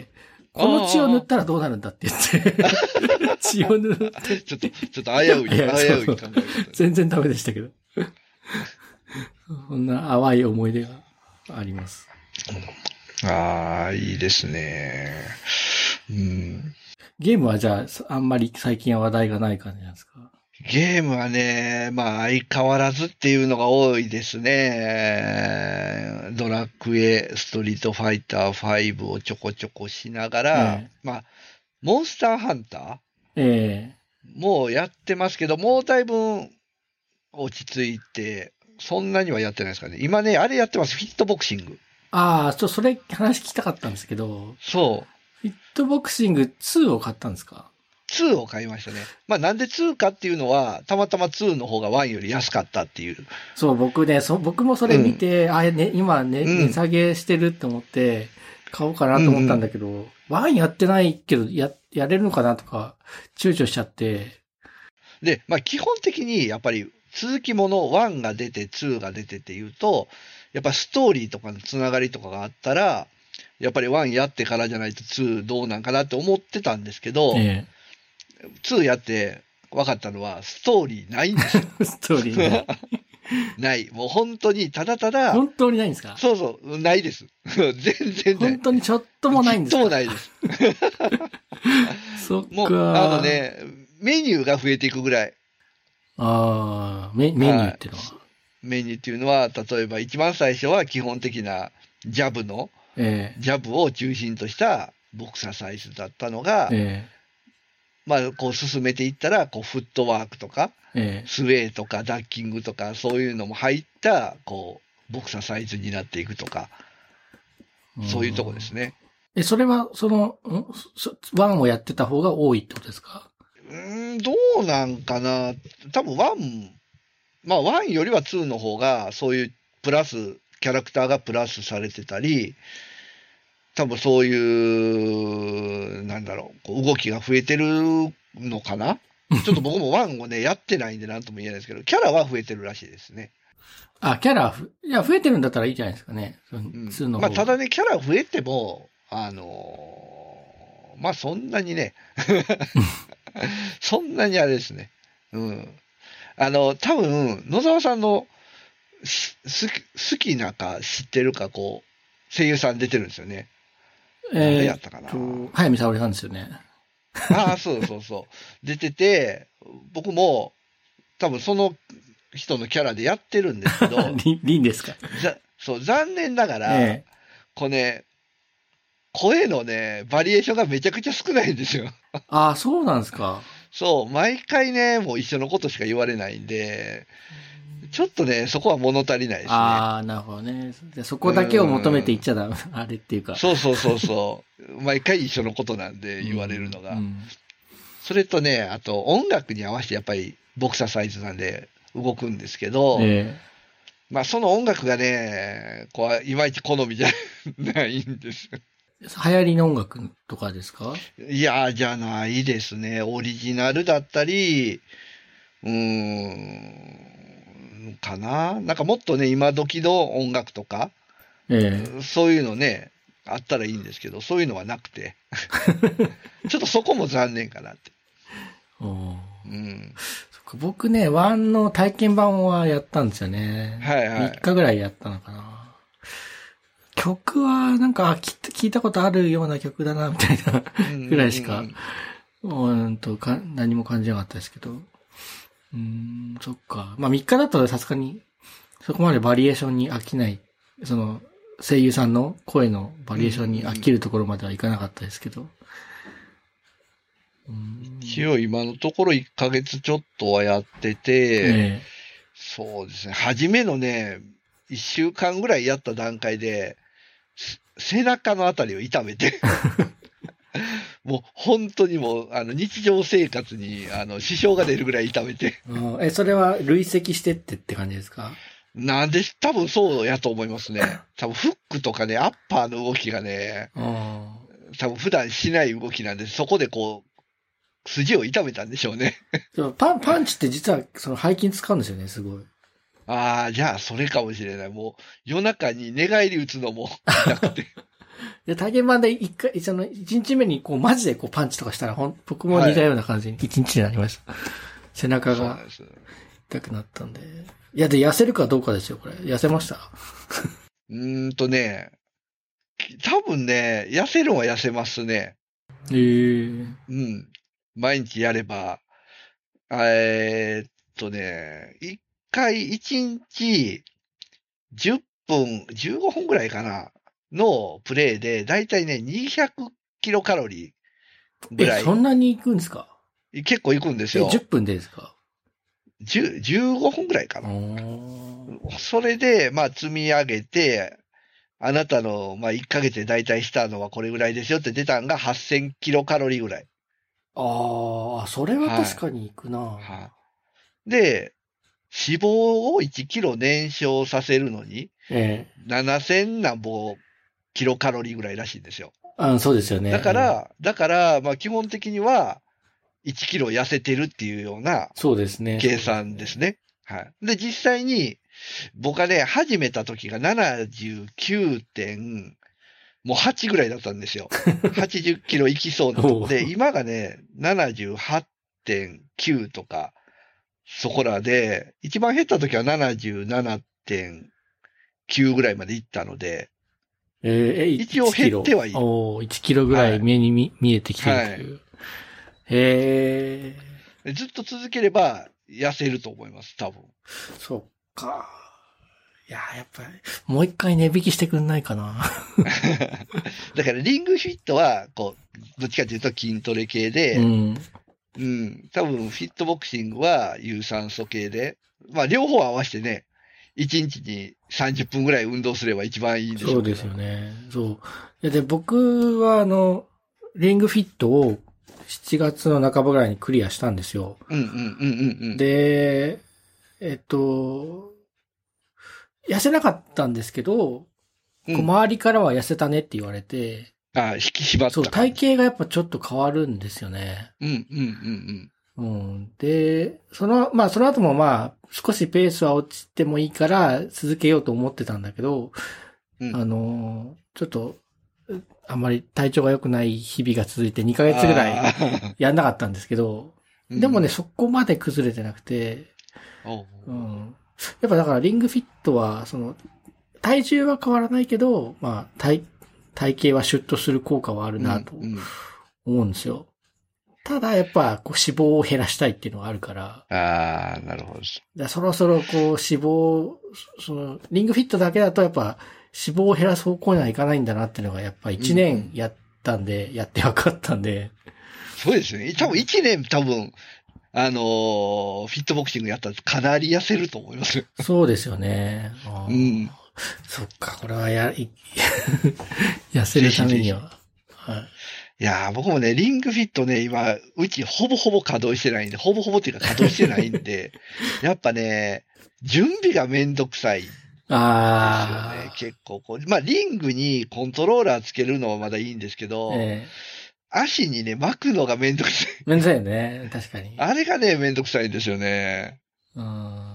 この血を塗ったらどうなるんだって言って、血を塗って。 ちょっと、ちょっと危うい、危うい考え。 全然ダメでしたけど。そんな淡い思い出があります。 ああ、いいですね。うん。 ゲームはじゃあ、あんまり最近は話題がない感じなんですか？ ゲームはね、まあ相変わらずっていうのが多いですね。ドラクエ、ストリートファイターファイブをちょこちょこしながら、ええ、まあ、モンスターハンタえー、もうやってますけど、もうだいぶ落ち着いて、そんなにはやってないですかね。今ね、あれやってます。フィットボクシング。 ああ、ちょ、それ話聞きたかったんですけど。 そう。 フィットボクシングツーを買ったんですか？ ツーを買いましたね。まあなんでツーかっていうのは、たまたまツーの方がワンより安かったっていう。 そう、僕ね、そ僕もそれ見て、うん、あ、ね、今ね、値下げしてるって思って、買おうかなと思ったんだけど、うんうん、ワンやってないけど、や、やれるのかなとか、躊躇しちゃって。 で、まあ基本的にやっぱり続きものワンが出てツーが出てっていうと、やっぱストーリーとかのつながりとかがあったら、やっぱりワンやってからじゃないとツーどうなんかなって思ってたんですけど、ええ、ツーやって分かったのはストーリーないんですよ。 ストーリーない。 ない。もう本当にただただ。 本当にないんですか？ そうそう、ないです。全然ない。 本当にちょっともないんですか？ ちょっともないです。 そっか。 もう、あのね、メニューが増えていくぐらい。 ああ、メメニューっていうのは、はい、 メニューっていうのは、例えば一番最初は基本的なジャブの、ええ、ジャブを中心としたボクササイズだったのが、ええ、まあ、こう進めていったら、こうフットワークとか、ええ、スウェーとかダッキングとか、そういうのも入った、こう、ボクササイズになっていくとか、そういうとこですね。 え、それは、その、ワンをやってた方が多いってことですか？ うーん、どうなんかな。多分ワン、まあワンよりはツーの方が、そういうプラス、キャラクターがプラスされてたり、多分そういう、なんだろう、こう動きが増えてるのかな。ちょっと僕もワンをね、やってないんでなんとも言えないですけど、キャラは増えてるらしいですね。 あ、キャラ、いや、増えてるんだったらいいじゃないですかね。 うん、ツーの方が。まあ、ただね、キャラ増えても、あのー、まあ、そんなにね、そんなにあれですね。うん。あの、多分、野沢さんの好き、好きなか知ってるか、こう、声優さん出てるんですよね。えー、誰やったかな。 早見沙織さんですよね。 ああ、そうそうそう。出てて、僕も、多分その人のキャラでやってるんですけど。 リンですか？ そう、残念ながら、ええ、これね、声のね、バリエーションがめちゃくちゃ少ないんですよ。 ああ、そうなんですか。 そう、毎回ね、もう一緒のことしか言われないんで、ちょっとね、そこは物足りないですね。 ああ、なるほどね。そこだけを求めていっちゃダメ、あれっていうか。 そうそうそうそう。毎回一緒のことなんで言われるのが。うんうん、それとね、あと音楽に合わせてやっぱりボクササイズなんで動くんですけど、えーまあ、その音楽がね、こう、いまいち好みじゃないんです。 流行りの音楽とかですか？ いや、じゃないですね。オリジナルだったり、うーん、かな。なんかもっとね、今時の音楽とか、ええ、そういうのね、あったらいいんですけど、そういうのはなくて。ちょっとそこも残念かなって。 おうん、僕ね、ワンの体験版はやったんですよね。はいはい。みっかぐらいやったのかな。曲はなんか聞いたことあるような曲だな、みたいなぐらいしか、うんとか何も感じなかったですけど。うーん、そっか。まあみっかだとさすがに、そこまでバリエーションに飽きない、その声優さんの声のバリエーションに飽きるところまではいかなかったですけど。 一応今のところいっかげつちょっとはやってて、ええ、そうですね。初めのね、いっしゅうかんぐらいやった段階で、背中のあたりを痛めて、もう本当にもう、あの、日常生活に、あの、支障が出るぐらい痛めて。 え、それは累積してってって感じですか？ なんで、多分そうやと思いますね。多分フックとかね、アッパーの動きがね、多分普段しない動きなんで、そこでこう、筋を痛めたんでしょうね。 パン、パンチって実はその背筋使うんですよね、すごい。 ああ、じゃあそれかもしれない。もう夜中に寝返り打つのもなくて。 で、体験版で一回、その一日目にこうマジでこうパンチとかしたら、ほん、僕も似たような感じに一日になりました。はい、背中が痛くなったんで。いや、で、痩せるかどうかですよ、これ。痩せましたうーんとね、多分ね、痩せるのは痩せますね。 へえー。 うん。毎日やれば、えー、っとね、一回一日じゅっぷん、じゅうごふんぐらいかな、のプレイで、だいたいね、にひゃくキロカロリーぐらい。 え、そんなにいくんですか？ 結構行くんですよ。 じゅっぷんでですか？ じゅう、じゅうごふんくらいかな。それで、まあ積み上げて、あなたの、まあいっかげつで大体したのはこれぐらいですよって出たんがはっせんキロカロリーぐらい。 ああ、それは確かにいくな、はいはい。で、脂肪をいちキロ燃焼させるのに、ええ、ななせんなんぼキロカロリーぐらいらしいんですよ。 あ、そうですよね。 だから、うん、だから、まあ基本的にはいちキロ痩せてるっていうような、 そうですね。 計算ですね。はい。で、実際に、僕がね、始めた時がななじゅうきゅうてん、もうはちぐらいだったんですよ。はちじゅっキロいきそうなとこで、今がね、ななじゅうはちてんきゅう とか、そこらで、一番減った時は ななじゅうななてんきゅう ぐらいまでいったので、 えー、 一応減ってはいる。 おー、いちキロぐらい目に 見,、はい、見えてきてるという。はい、へー。ずっと続ければ痩せると思います、多分。 そっか。いや、やっぱり、もう一回値引きしてくんないかな。 だからリングフィットは、こう、どっちかというと筋トレ系で、うん。うん。多分、フィットボクシングは有酸素系で、まあ、両方合わせてね、いちにちにさんじゅっぷんぐらい運動すれば一番いいんでしょうけど。 そうですよね。そう。いや、で、僕は、あの、リングフィットをしちがつの半ばぐらいにクリアしたんですよ。 うんうんうんうんうん。 で、えっと、痩せなかったんですけど、うん、周りからは痩せたねって言われて、 ああ、引き締まった。 そう、体型がやっぱちょっと変わるんですよね。 うんうんうんうん。うん。で、その、まあその後もまあ少しペースは落ちてもいいから続けようと思ってたんだけど、うん、あの、ちょっと、あんまり体調が良くない日々が続いてにかげつぐらいやんなかったんですけど、でもね、そこまで崩れてなくて、うん、やっぱだからリングフィットは、その、体重は変わらないけど、まあ、体、体型はシュッとする効果はあるなと思うんですよ。うんうん、ただやっぱこう脂肪を減らしたいっていうのがあるから。 ああ、なるほど。 だそろそろこう脂肪、その、リングフィットだけだとやっぱ脂肪を減らす方向にはいかないんだなっていうのがやっぱいちねんやったんで、うん、やって分かったんで。 そうですね。多分いちねん多分、あのー、フィットボクシングやったらかなり痩せると思います。 そうですよね。 うん。 そっか、これはや、痩せるためには。はい。 いやー、僕もね、リングフィットね、今、うちほぼほぼ稼働してないんで、ほぼほぼっていうか稼働してないんで、やっぱね、準備がめんどくさいですよね。あ結構こう。まあ、リングにコントローラーつけるのはまだいいんですけど、えー足にね、巻くのがめんどくさい。 めんどくさいよね。確かに。 あれがね、めんどくさいんですよね。 うん、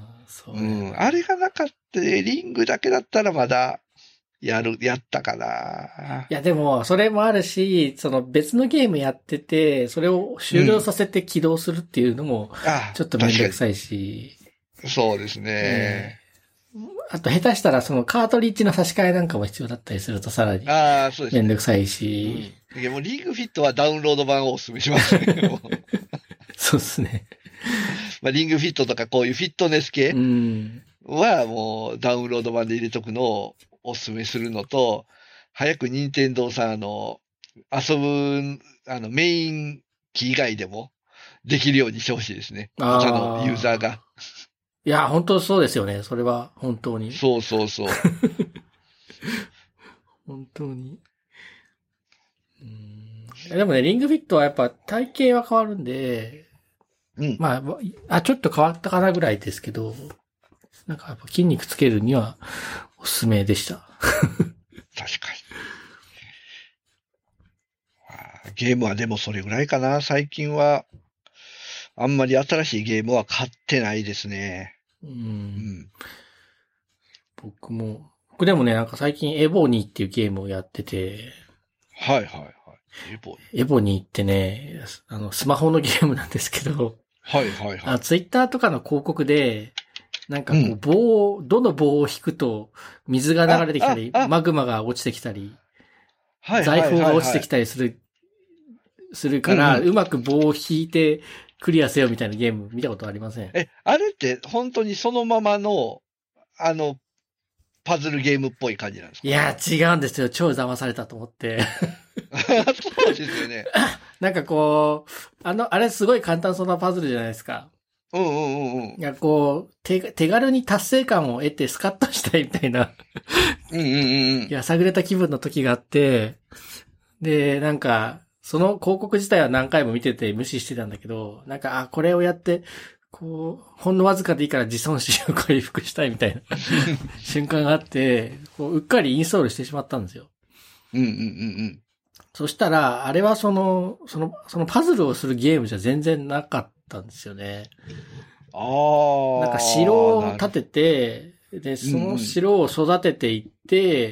そう、 ね。うん。あれがなかった、リングだけだったらまだ、やる、やったかな。 いや、でも、それもあるし、その別のゲームやってて、それを終了させて起動するっていうのも、ちょっとめんどくさいし。 うん、そうですね。 えー、あと、下手したらそのカートリッジの差し替えなんかも必要だったりするとさらに。 ああ、そうですね。 めんどくさいし。 いや、もうリーグフィットはダウンロード版をお勧めしますね。 そうですね。 まあ、リングフィットとかこういうフィットネス系はもうダウンロード版で入れとくのをお勧めするのと、早く任天堂さんあの、遊ぶ、あの、メイン機以外でもできるようにしてほしいですね。他のユーザーが。 いや、本当そうですよね。それは本当に。 そうそうそう。 本当に。うんでもね、リングフィットはやっぱ体型は変わるんで、うん、まあ、あ、ちょっと変わったかなぐらいですけど、なんかやっぱ筋肉つけるにはおすすめでした。 確かに。ゲームはでもそれぐらいかな。最近は、あんまり新しいゲームは買ってないですね。うん。うん、 僕も、僕でもね、なんか最近エボニーっていうゲームをやってて、 はいはいはい。 エボニー。エボニーってね、あの、スマホのゲームなんですけど、 はいはいはい。 あ、ツイッターとかの広告で、なんかこう棒を、うん、どの棒を引くと水が流れてきたり、マグマが落ちてきたり、はいはいはいはい、財宝が落ちてきたりする、するから、うんうん、うまく棒を引いてクリアせよみたいなゲーム見たことありません？ え、あれって本当にそのままの、あの、パズルゲームっぽい感じなんですか？ いや、違うんですよ。超騙されたと思って。 そうですよね。 なんかこう、 あの、あれすごい簡単そうなパズルじゃないですか。 うんうんうんうん。 いや、こう、手、手軽に達成感を得てスカッとしたいみたいな。 うんうんうんうん。 いや、探れた気分の時があって、で、なんか、その広告自体は何回も見てて無視してたんだけど、なんか、あ、これをやって、こう、ほんのわずかでいいから自尊心を回復したいみたいな瞬間があって、こう、うっかりインストールしてしまったんですよ。 うんうんうんうん。 そしたら、あれはその、その、そのパズルをするゲームじゃ全然なかったんですよね。 ああ。 なんか城を建てて、で、その城を育てていって、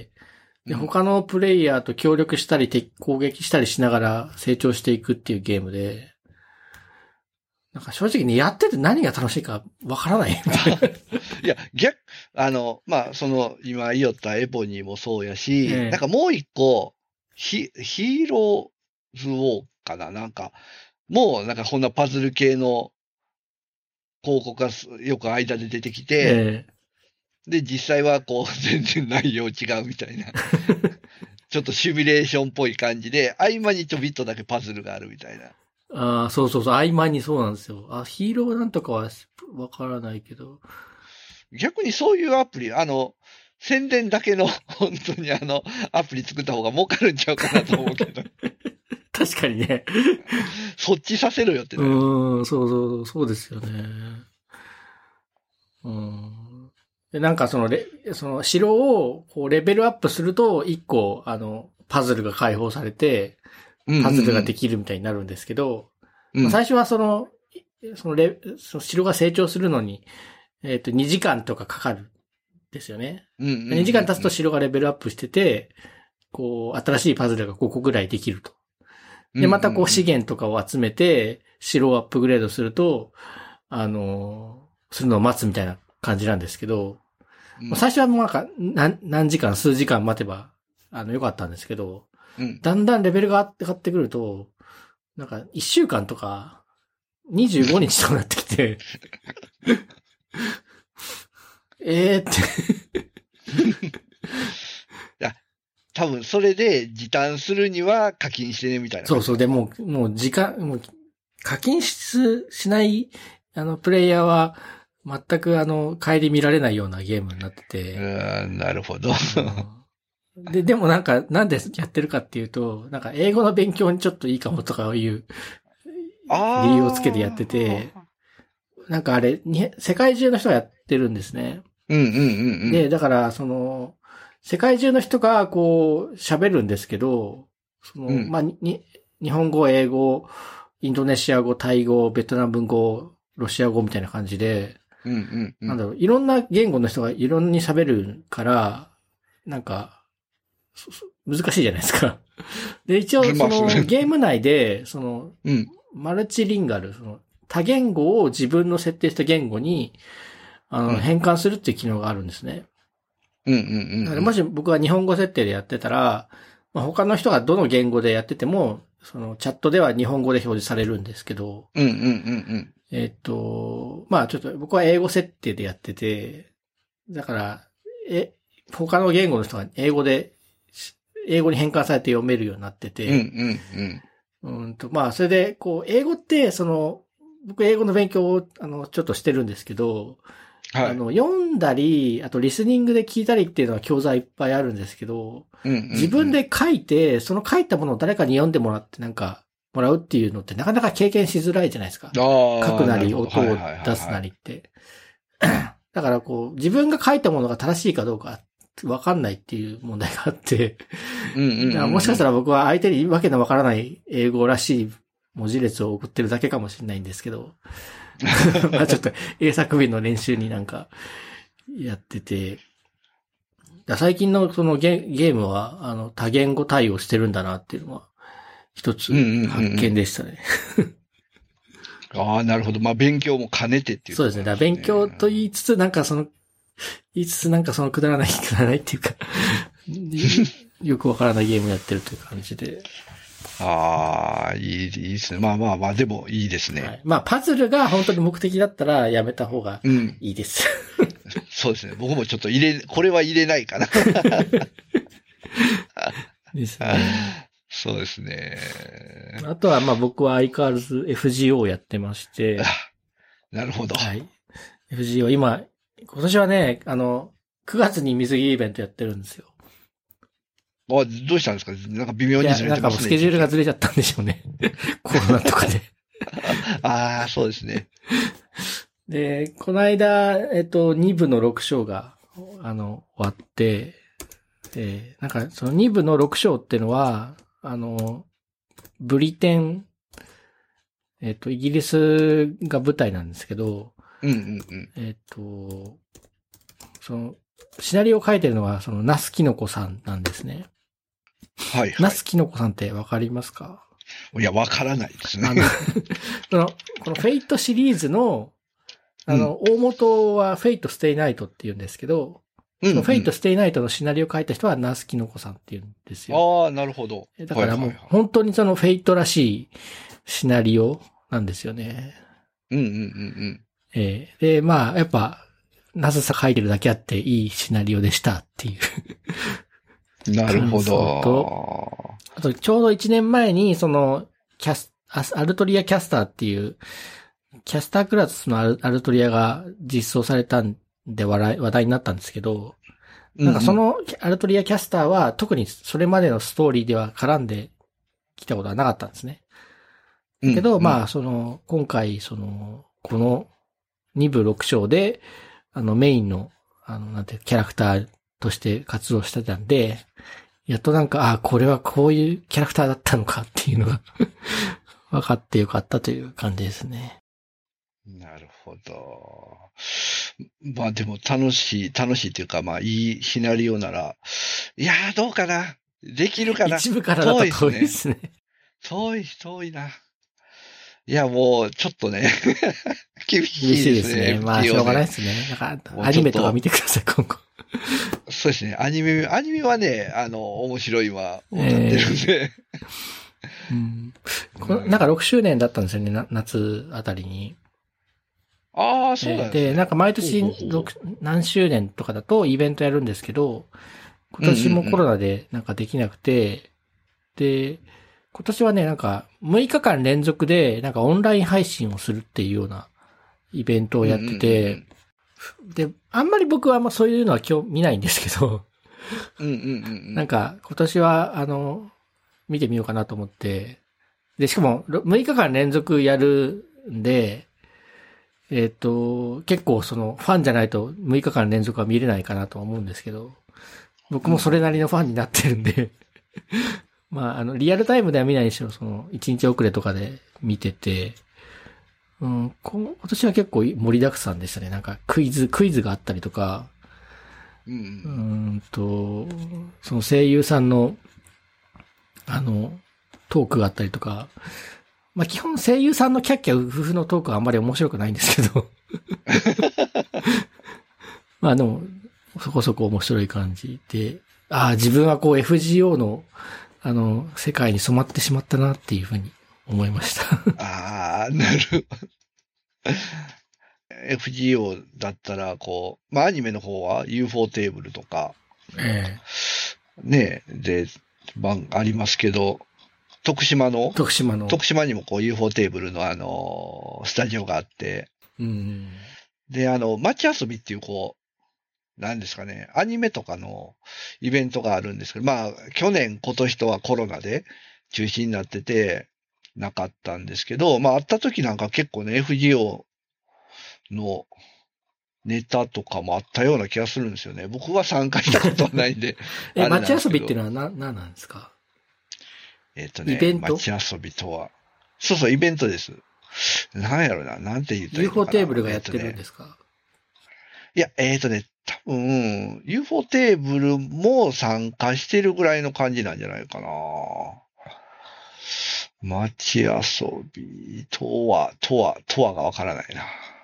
うんうん、で、他のプレイヤーと協力したり、攻撃したりしながら成長していくっていうゲームで、なんか正直にやってて何が楽しいかわからない。 いや、逆、あの、まあ、その、今言おったエボニーもそうやし、ええ、なんかもう一個、ヒ、ヒーローズウォーかななんか、もうなんかこんなパズル系の広告がよく間で出てきて、ええ、で、実際はこう、全然内容違うみたいな。ちょっとシミュレーションっぽい感じで、合間にちょびっとだけパズルがあるみたいな。 ああ、そうそうそう、合間にそうなんですよ。あ、ヒーローなんとかはわからないけど。 逆にそういうアプリ、あの、宣伝だけの、本当にあの、アプリ作った方が儲かるんちゃうかなと思うけど。 確かにね。 そっちさせろよってね。 うん、そうそう、そうですよね。うん。で、なんかそのレ、その城をこうレベルアップすると、一個、あの、パズルが解放されて、パズルができるみたいになるんですけど、うんうんうん、最初はその、そのレ、その城が成長するのに、えっと、にじかんとかかかるんですよね。うんうんうんうん、にじかん経つと城がレベルアップしてて、こう、新しいパズルがごこぐらいできると。で、またこう資源とかを集めて、城をアップグレードすると、あの、するのを待つみたいな感じなんですけど、うん、最初はもうなんか何、何時間、数時間待てば、あの、よかったんですけど、うん、だんだんレベルが上がってくると、なんかいっしゅうかんとか、にじゅうごにちとかなってきて、えーっていや、多分それで時短するには課金してねみたいな。 そうそう。でもう、もう時間、もう課金し、しない、あの、プレイヤーは、全くあの、帰り見られないようなゲームになってて。 うん、なるほど。 で、でもなんか、なんでやってるかっていうと、なんか英語の勉強にちょっといいかもとかいう理由をつけてやってて、なんかあれ、世界中の人がやってるんですね。 うんうんうんうん。 で、だから、その、世界中の人がこう、喋るんですけど、その、うん、まあ、に、日本語、英語、インドネシア語、タイ語、ベトナム語、ロシア語みたいな感じで、 うんうんうん、 なんだろう、いろんな言語の人がいろんなに喋るから、なんか、難しいじゃないですか。で、一応、その、ゲーム内で、その、うん、マルチリンガル、その、多言語を自分の設定した言語に、あの、うん、変換するっていう機能があるんですね。 うんうんうん、うん。 だからもし僕が日本語設定でやってたら、まあ、他の人がどの言語でやってても、そのチャットでは日本語で表示されるんですけど、 うんうんうんうん。 えっと、まあちょっと僕は英語設定でやってて、だから、え、他の言語の人が英語で、英語に変換されて読めるようになってて、 うんうんうん。うんと、まあそれで、こう、英語って、その、僕英語の勉強を、あの、ちょっとしてるんですけど、はい、あの、読んだり、あとリスニングで聞いたりっていうのは教材いっぱいあるんですけど、 うんうんうん、 自分で書いて、その書いたものを誰かに読んでもらってなんか、もらうっていうのってなかなか経験しづらいじゃないですか。書くなり、音を出すなりって。だからこう、自分が書いたものが正しいかどうかわかんないっていう問題があって、 うんうんうんうん、 もしかしたら僕は相手にわけのわからない英語らしい文字列を送ってるだけかもしれないんですけど、まあちょっと英作文の練習になんかやってて、最近のそのゲ、ゲームはあの多言語対応してるんだなっていうのは一つ発見でしたね。 うんうんうん、ああ、なるほど。まあ勉強も兼ねてっていう、ね。 そうですね。だ勉強と言いつつなんかその、言いつつなんかそのくだらないくだらないっていうかよくわからないゲームやってるという感じで。 ああ、いい、いいですね。まあまあまあ、でもいいですね。はい、 まあ、パズルが本当に目的だったらやめた方がいいです。 うん、そうですね。僕もちょっと入れ、これは入れないかな。 ですね。 そうですね。 あとは、まあ僕は相変わらず エフジーオー をやってまして。 なるほど。 はい。エフジーオー、今、今年はね、あの、くがつに水着イベントやってるんですよ。 あ、どうしたんですか？なんか微妙にずれてますね。 いや、なんかもうスケジュールがずれちゃったんでしょうね。コロナとかで。 ああ、そうですね。 で、この間、えっと、に部のろく章が、あの、終わって、えー、なんか、そのに部のろく章っていうのは、あの、ブリテン、えっと、イギリスが舞台なんですけど、 うんうんうん。 えっと、その、シナリオを書いてるのは、その、ナスキノコさんなんですね。 はいはい。 ナスキノコさんってわかりますか？ いや、わからないですね。 あの、その、このフェイトシリーズの、あの、うん、大元はフェイトステイナイトって言うんですけど、うんうん、そのフェイトステイナイトのシナリオを書いた人はナスキノコさんって言うんですよ。 ああ、なるほど。 だからもう本当にそのフェイトらしいシナリオなんですよね。 うんうんうんうん。 えー、で、まあ、やっぱ、ナスさ書いてるだけあっていいシナリオでしたっていうなるほど。 と、あとちょうどいちねんまえにその、キャス、アルトリアキャスターっていう、キャスタークラスのアル、アルトリアが実装されたんで話題になったんですけど、なんかそのアルトリアキャスターは特にそれまでのストーリーでは絡んできたことはなかったんですね。だけど、うんうん、まあその、今回その、このに部ろく章で、あのメインの、あの、なんてキャラクターとして活動してたんで、やっとなんか、あ、これはこういうキャラクターだったのかっていうのが分かってよかったという感じですね。 なるほど。まあでも楽しい、楽しいというか、まあいいシナリオなら、いやーどうかな？できるかな？ 一部からだと遠いですね。 遠い、遠いな。いやもうちょっとね、厳しいですね。 厳しいですね。まあしょうがないですね。なんかアニメとか見てください、今後。 そうですね。アニメ、アニメはね、あの、面白いは分かってるんで。 えーうんこの。なんかろくしゅうねんだったんですよね、な夏あたりに。 ああ、そうなんですね。 で、なんか毎年何周年とかだとイベントやるんですけど、今年もコロナでなんかできなくて、うんうんうん、で、今年はね、なんかむいかかん連続でなんかオンライン配信をするっていうようなイベントをやってて、うんうんうん、で、あんまり僕はあんまそういうのは今日見ないんですけど、 うんうんうんうん、 なんか今年はあの、見てみようかなと思って、で、しかもむいかかん連続やるんで、えっと、結構そのファンじゃないとむいかかん連続は見れないかなと思うんですけど、僕もそれなりのファンになってるんで、まあ、あの、リアルタイムでは見ないにしろ、その、いちにち遅れとかで見てて、うん、今年は結構盛りだくさんでしたね。なんかクイズ、クイズがあったりとか、 うん、 うんと、その声優さんの、あの、トークがあったりとか、まあ基本声優さんのキャッキャウフフのトークはあんまり面白くないんですけど。まあでも、そこそこ面白い感じで、ああ、自分はこう エフジーオー の、あの、世界に染まってしまったなっていうふうに思いました。 ああ、なるほど。エフジーオー だったら、こう、まあアニメの方は ユーフォー テーブルとか、 ええ、ねえ、で、番ありますけど、徳島の、 徳島の。 徳島にもこう ユーフォー テーブルのあの、スタジオがあって、 うん、 で、あの、街遊びっていうこう、なんですかね、アニメとかのイベントがあるんですけど、まあ、去年、今年とはコロナで中止になってて、なかったんですけど、まあ、あった時なんか結構ね、エフジーオー のネタとかもあったような気がするんですよね。僕は参加したことはないんで。 え、街遊びっていうのはな、何なんですか？ えっとね、 イベント？ 街遊びとは。そうそう、イベントです。なんやろな、なんて言ったらいいのかな。 ユーフォー テーブルがやってるんですか？えっとね、 いや、えっとね、多分、ユーフォー テーブルも参加してるぐらいの感じなんじゃないかな。街遊びとは、とは、とはがわからないな。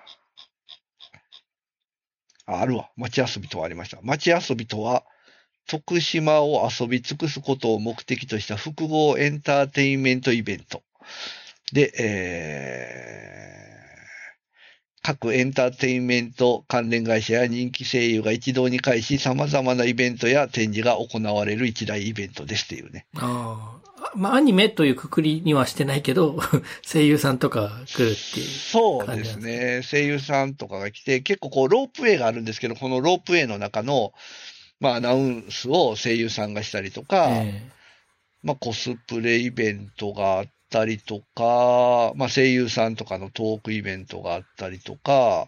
あ、あるわ。街遊びとはありました。街遊びとは、徳島を遊び尽くすことを目的とした複合エンターテインメントイベント。で、えー、各エンターテインメント関連会社や人気声優が一堂に会し、様々なイベントや展示が行われる一大イベントですっていうね。 あまあ、アニメというくくりにはしてないけど、声優さんとかが来るっていう。 そうですね。声優さんとかが来て、結構こう、ロープウェイがあるんですけど、このロープウェイの中の、まあ、アナウンスを声優さんがしたりとか、えー、まあ、コスプレイベントがあったりとか、まあ、声優さんとかのトークイベントがあったりとか、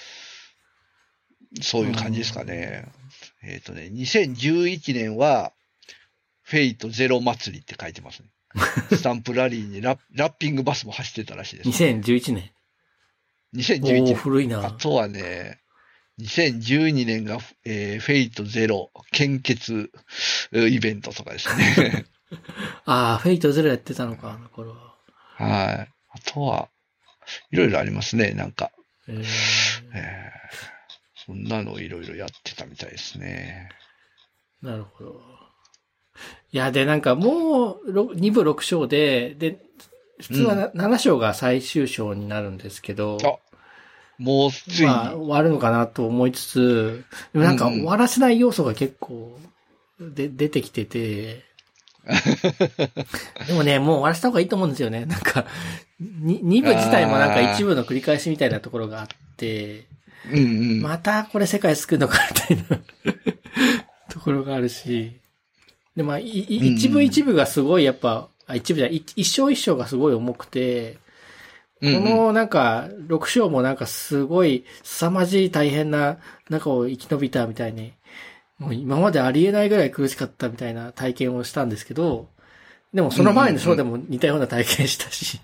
そういう感じですかね。えっ、ー、とね、にせんじゅういちねんは、フェイトゼロ祭りって書いてますね。スタンプラリーにララッピングバスも走ってたらしいです。 にせんじゅういちねん。 にせんじゅういちねん。 古いな。 あとはね、にせんじゅうにねんが、えー、フェイトゼロ献血イベントとかですね。 ああ、フェイトゼロやってたのか、あの頃は。 はい。あとは、いろいろありますね、なんか。 えーえー、そんなのいろいろやってたみたいですね。 なるほど。いや、で、なんかもう、に部ろく章で、で、普通はなな章が最終章になるんですけど、 うん、あ、もうついに。 まあ、終わるのかなと思いつつ、でもなんか終わらせない要素が結構で、出てきてて、でもね、もう終わらせた方がいいと思うんですよね。なんか、に、に部自体もなんか一部の繰り返しみたいなところがあって、 うんうん、 またこれ世界救うのかみたいなところがあるし、で、まあ、い一部一部がすごいやっぱ、あ一部じゃ一章一章がすごい重くて、このなんか、ろく章もなんかすごい凄まじい大変な中を生き延びたみたいに、もう今までありえないぐらい苦しかったみたいな体験をしたんですけど、でもその前の章でも似たような体験したし、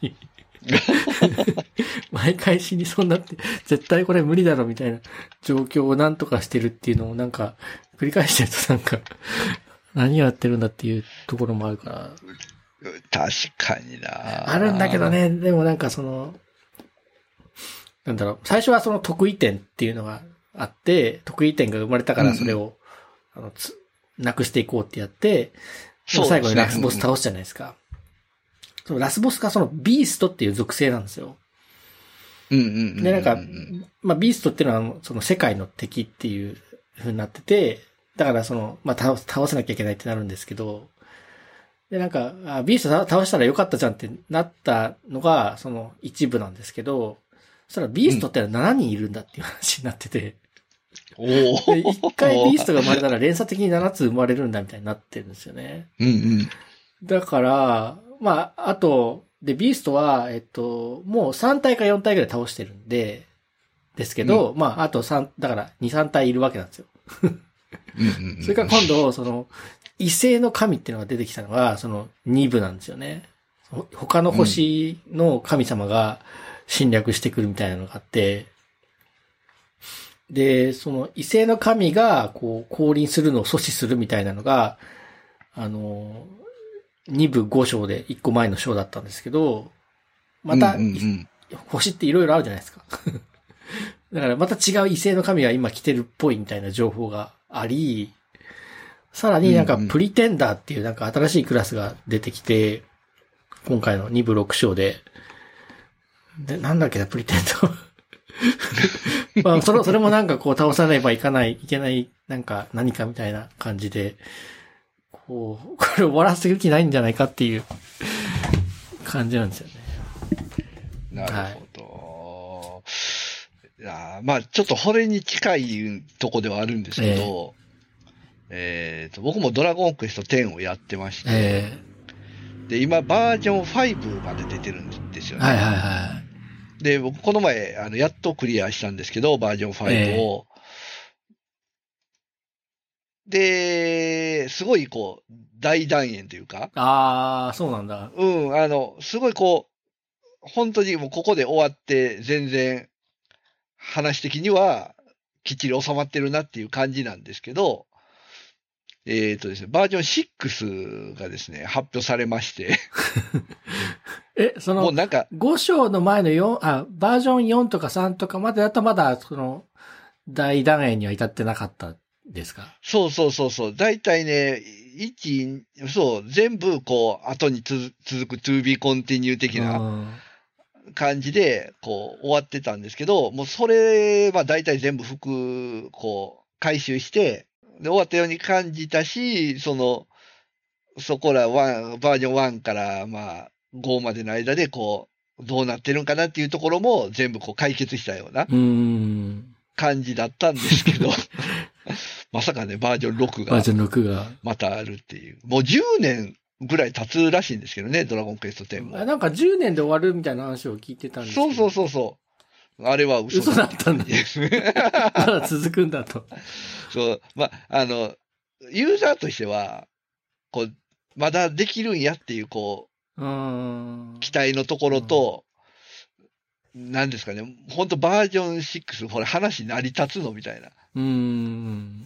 毎回死にそうになって、絶対これ無理だろみたいな状況をなんとかしてるっていうのをなんか、繰り返してるとなんか、何やってるんだっていうところもあるから。 確かにな。 あるんだけどね、でもなんかその、なんだろう、最初はその得意点っていうのがあって、得意点が生まれたからそれを、うん、あのつ、なくしていこうってやって、そう最後にラスボス倒すじゃないですか。そのラスボスがそのビーストっていう属性なんですよ。 うんうんうんうん、 で、なんか、まあビーストっていうのはその世界の敵っていう風になってて、だからその、まあ倒、倒さなきゃいけないってなるんですけど、で、なんか、あビースト倒したらよかったじゃんってなったのが、その一部なんですけど、そしたらビーストってのはななにんいるんだっていう話になってて、 うん、お一回ビーストが生まれたら連鎖的にななつ生まれるんだみたいになってるんですよね。 うんうん。 だから、まあ、あと、で、ビーストは、えっと、もうさん体かよん体ぐらい倒してるんで、ですけど、うん、まあ、あとさん、だからに、さん体いるわけなんですよ。それから今度、その、異星の神っていうのが出てきたのが、そのに部なんですよね。他の星の神様が侵略してくるみたいなのがあって、で、その異星の神が、こう、降臨するのを阻止するみたいなのが、あの、に部ご章でいっこまえの章だったんですけど、また、うんうんうん、星っていろいろあるじゃないですか。だからまた違う異星の神が今来てるっぽいみたいな情報があり、さらになんかプリテンダーっていうなんか新しいクラスが出てきて、今回のに部ろく章で、で、なんだっけな、プリテンダー。まあ、それ、それもなんかこう倒さねばいかない、いけない、なんか何かみたいな感じで、こう、これ終わらせる気ないんじゃないかっていう感じなんですよね。 なるほど。はい、いやまあ、ちょっとこれに近いとこではあるんですけど、えっ、ー、と、僕もドラゴンクエストテンをやってまして、えー、で、今バージョンごまで出てるんですよね。 はいはいはい。 で、僕この前、あの、やっとクリアしたんですけど、バージョンごを。えー、で、すごいこう、大団円というか。 ああ、そうなんだ。 うん、あの、すごいこう、本当にもうここで終わって、全然、話的には、きっちり収まってるなっていう感じなんですけど、えっ、ー、とですね、バージョンろくがですね、発表されまして。 え、その、もうなんか、ご章の前のよん、あ、バージョンよんとかさんとかまでだとまだ、その、大団円には至ってなかったですか？ そうそうそうそう。だいたいね、いち、そう、全部こう、後につ続く to be continue 的な感じで、こう、終わってたんですけど、もうそれはだいたい全部服、こう、回収して、で、終わったように感じたし、その、 そこらワン、バージョンワンから、まあ、ごまでの間で、こう、どうなってるんかなっていうところも全部こう解決したような感じだったんですけど、まさかね、バージョンろくが、 バージョンろくが、 またあるっていう。もうじゅうねんぐらい経つらしいんですけどね、ドラゴンクエストテンも。 なんかじゅうねんで終わるみたいな話を聞いてたんですけど。 そうそうそうそう。あれは嘘だった。嘘だったんです。まだ続くんだと。 そう。まあ、あの、ユーザーとしては、こう、まだできるんやっていう、こう、 うん期待のところと、なんですかね、本当バージョンシックス、これ話成り立つのみたいな。 うん。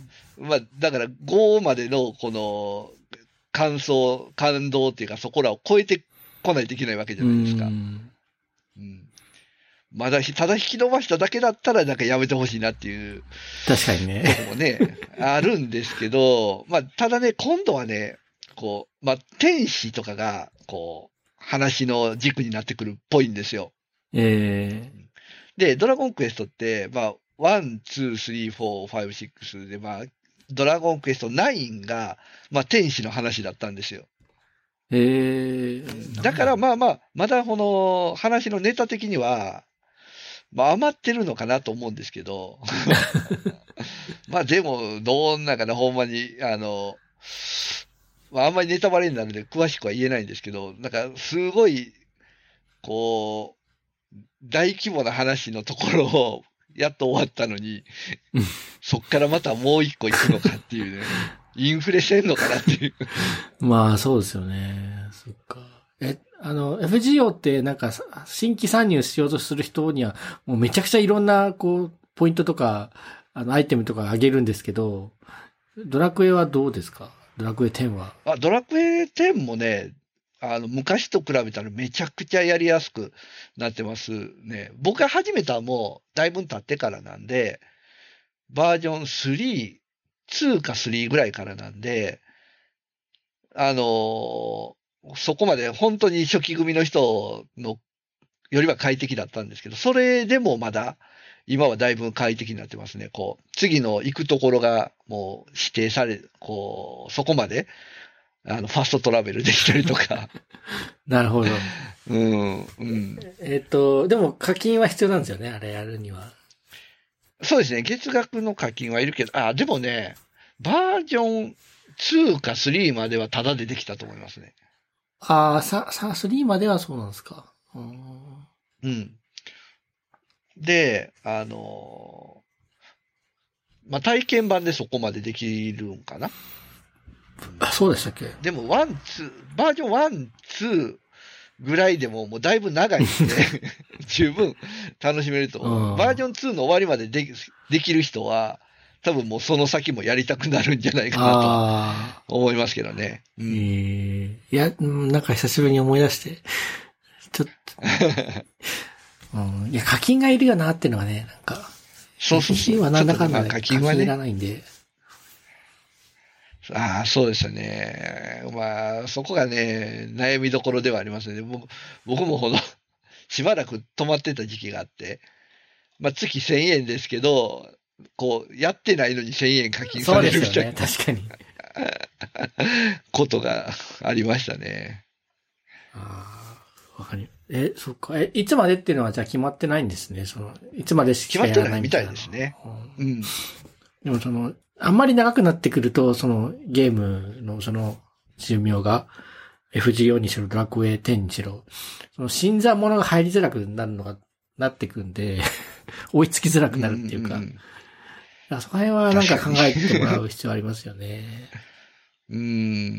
まあ、だからごまでのこの感想、感動っていうかそこらを超えてこないといけないわけじゃないですか。うんうん、まだ、ただ引き伸ばしただけだったらなんかやめてほしいなっていう。 確かにね。 とこもね、あるんですけど、まあ、ただね、今度はね、こう、まあ、天使とかが、こう、話の軸になってくるっぽいんですよ。 ええー。で、ドラゴンクエストって、まあ、ワン、ツー、スリー、フォー、ファイブ、シックスで、まあ、ドラゴンクエストナインが、まあ、天使の話だったんですよ。 ええー。 だから、まあまあ、まだこの話のネタ的には、まあ、余ってるのかなと思うんですけど。まあ、でも、どんなかな、ほんまに、あの、まあ、あんまりネタバレになるので詳しくは言えないんですけど、なんか、すごい、こう、大規模な話のところを、やっと終わったのに、そっからまたもう一個行くのかっていうね、インフレしてんのかなっていう。 まあ、そうですよね。そっか。え、あの、エフジーオー ってなんか、新規参入しようとする人には、もうめちゃくちゃいろんな、こう、ポイントとか、あの、アイテムとかあげるんですけど、ドラクエはどうですか？ドラクエテンは。 あ、ドラクエテンもね、あの、昔と比べたらめちゃくちゃやりやすくなってますね。僕が始めたのもだいぶ経ってからなんで、バージョンスリー、ツーかスリーぐらいからなんで、あのーそこまで本当に初期組の人のよりは快適だったんですけど、それでもまだ今はだいぶ快適になってますね。こう、次の行くところがもう指定され、こう、そこまで、あの、ファストトラベルできたりとか。 なるほど。 うん、うん。 えっと、でも課金は必要なんですよね、あれやるには。 そうですね。月額の課金はいるけど、あ、でもね、バージョンツーかスリーまではタダでできたと思いますね。 ああ、さ、さ、スリーまではそうなんですか。うん。 うん。で、あのーまあ、体験版でそこまでできるんかな。 あ、そうでしたっけ？ でも、ワン、ツー、バージョンワン、ツーぐらいでももうだいぶ長いんで、十分楽しめると思う。バージョンツーの終わりまででできる人は、多分もうその先もやりたくなるんじゃないかなと思いますけどね。 うん、えー、いや、なんか久しぶりに思い出して、ちょっと、うん、いや、課金がいるよなっていうのがね、なんか、 そうそうそう。 はなんだかんだで課金はね。 いらないんで。 ああ、そうですよね。まあ、そこがね、悩みどころではありますね。僕僕もほど、しばらく止まってた時期があって、まあ、月せんえんですけど、こう、やってないのにせんえん課金されるみたいな。 そうですよね、 確かに。ことがありましたね。 ああ、わかり、え、そっか。え、いつまでっていうのはじゃあ決まってないんですね。その、いつまでしかやらないみたいな。 決まってないみたいですね。うん。 でもその、あんまり長くなってくると、その、ゲームのその、寿命が、エフジーオー にしろ、ドラクエテンにしろ、その、新参者が入りづらくなるのが、なってくんで、追いつきづらくなるっていうか、うんうんうん、そこら辺はなんか考えてもらう必要ありますよね。 うん。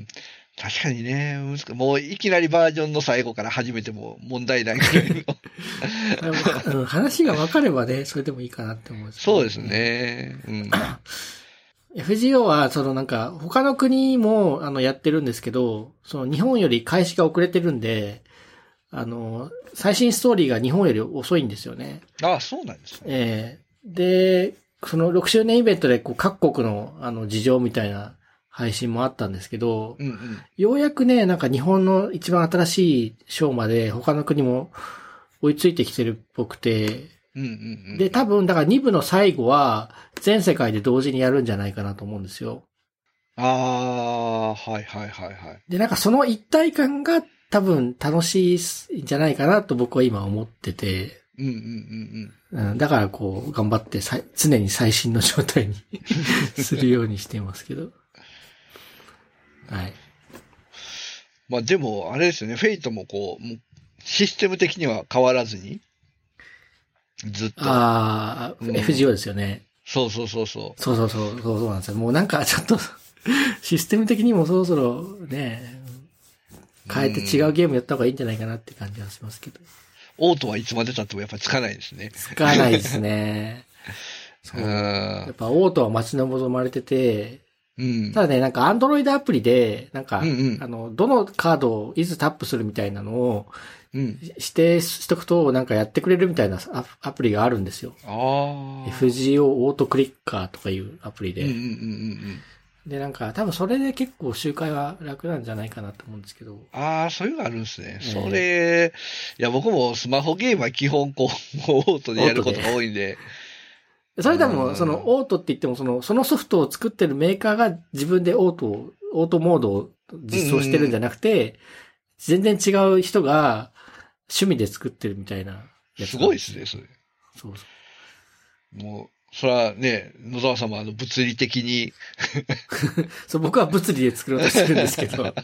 確かにね、もういきなりバージョンの最後から始めても問題ないくらいの。話が分かればね、それでもいいかなって思うんです、 ね、そうですね。うん、 エフジーオー は、そのなんか、他の国も、あの、やってるんですけど、その日本より開始が遅れてるんで、あの、最新ストーリーが日本より遅いんですよね。 ああ、そうなんですね。 ええー、で、そのろくしゅうねんイベントで、こう、各国の、あの、事情みたいな配信もあったんですけど、 うんうん、 ようやくね、なんか日本の一番新しいショーまで、他の国も追いついてきてるっぽくて、 うんうんうん、 で、多分、だからに部の最後は、全世界で同時にやるんじゃないかなと思うんですよ。 ああ、はいはいはいはい。 で、なんかその一体感が多分楽しいんじゃないかなと僕は今思ってて。 うんうんうんうん。だからこう、頑張ってさ常に最新の状態にするようにしてますけど。はい。 まあでも、あれですよね、フェイトもこう、もうシステム的には変わらずに、ずっと。 ああ、うん、エフジーオー ですよね。 そうそうそうそう。 そうそうそう、そうそうなんですよ。もうなんかちょっとシステム的にもそろそろね、変えて違うゲームやった方がいいんじゃないかなって感じはしますけど。 オートはいつまで経ってもやっぱりつかないですね。 つかないですね。そう。やっぱオートは待ち望まれてて、うん、ただね、なんかアンドロイドアプリで、なんか、うんうん、あの、どのカードをいつタップするみたいなのを、うん、指定しとくと、なんかやってくれるみたいなアプリがあるんですよ。 あエフジーオー オートクリッカーとかいうアプリで。 うんうんうんうんで、なんか、多分それで結構周回は楽なんじゃないかなと思うんですけど。 ああ、そういうのがあるんですね。えー、それ、いや、僕もスマホゲームは基本こう、オートでやることが多いんで。 それでも、その、オートって言っても、その、そのソフトを作ってるメーカーが自分でオートを、オートモードを実装してるんじゃなくて、うんうん、全然違う人が趣味で作ってるみたいなやつ。すごいですね、それ。 そうそう。 もう、それはね、野沢さんもあの物理的にそう、僕は物理で作ろうとしてるんですけど。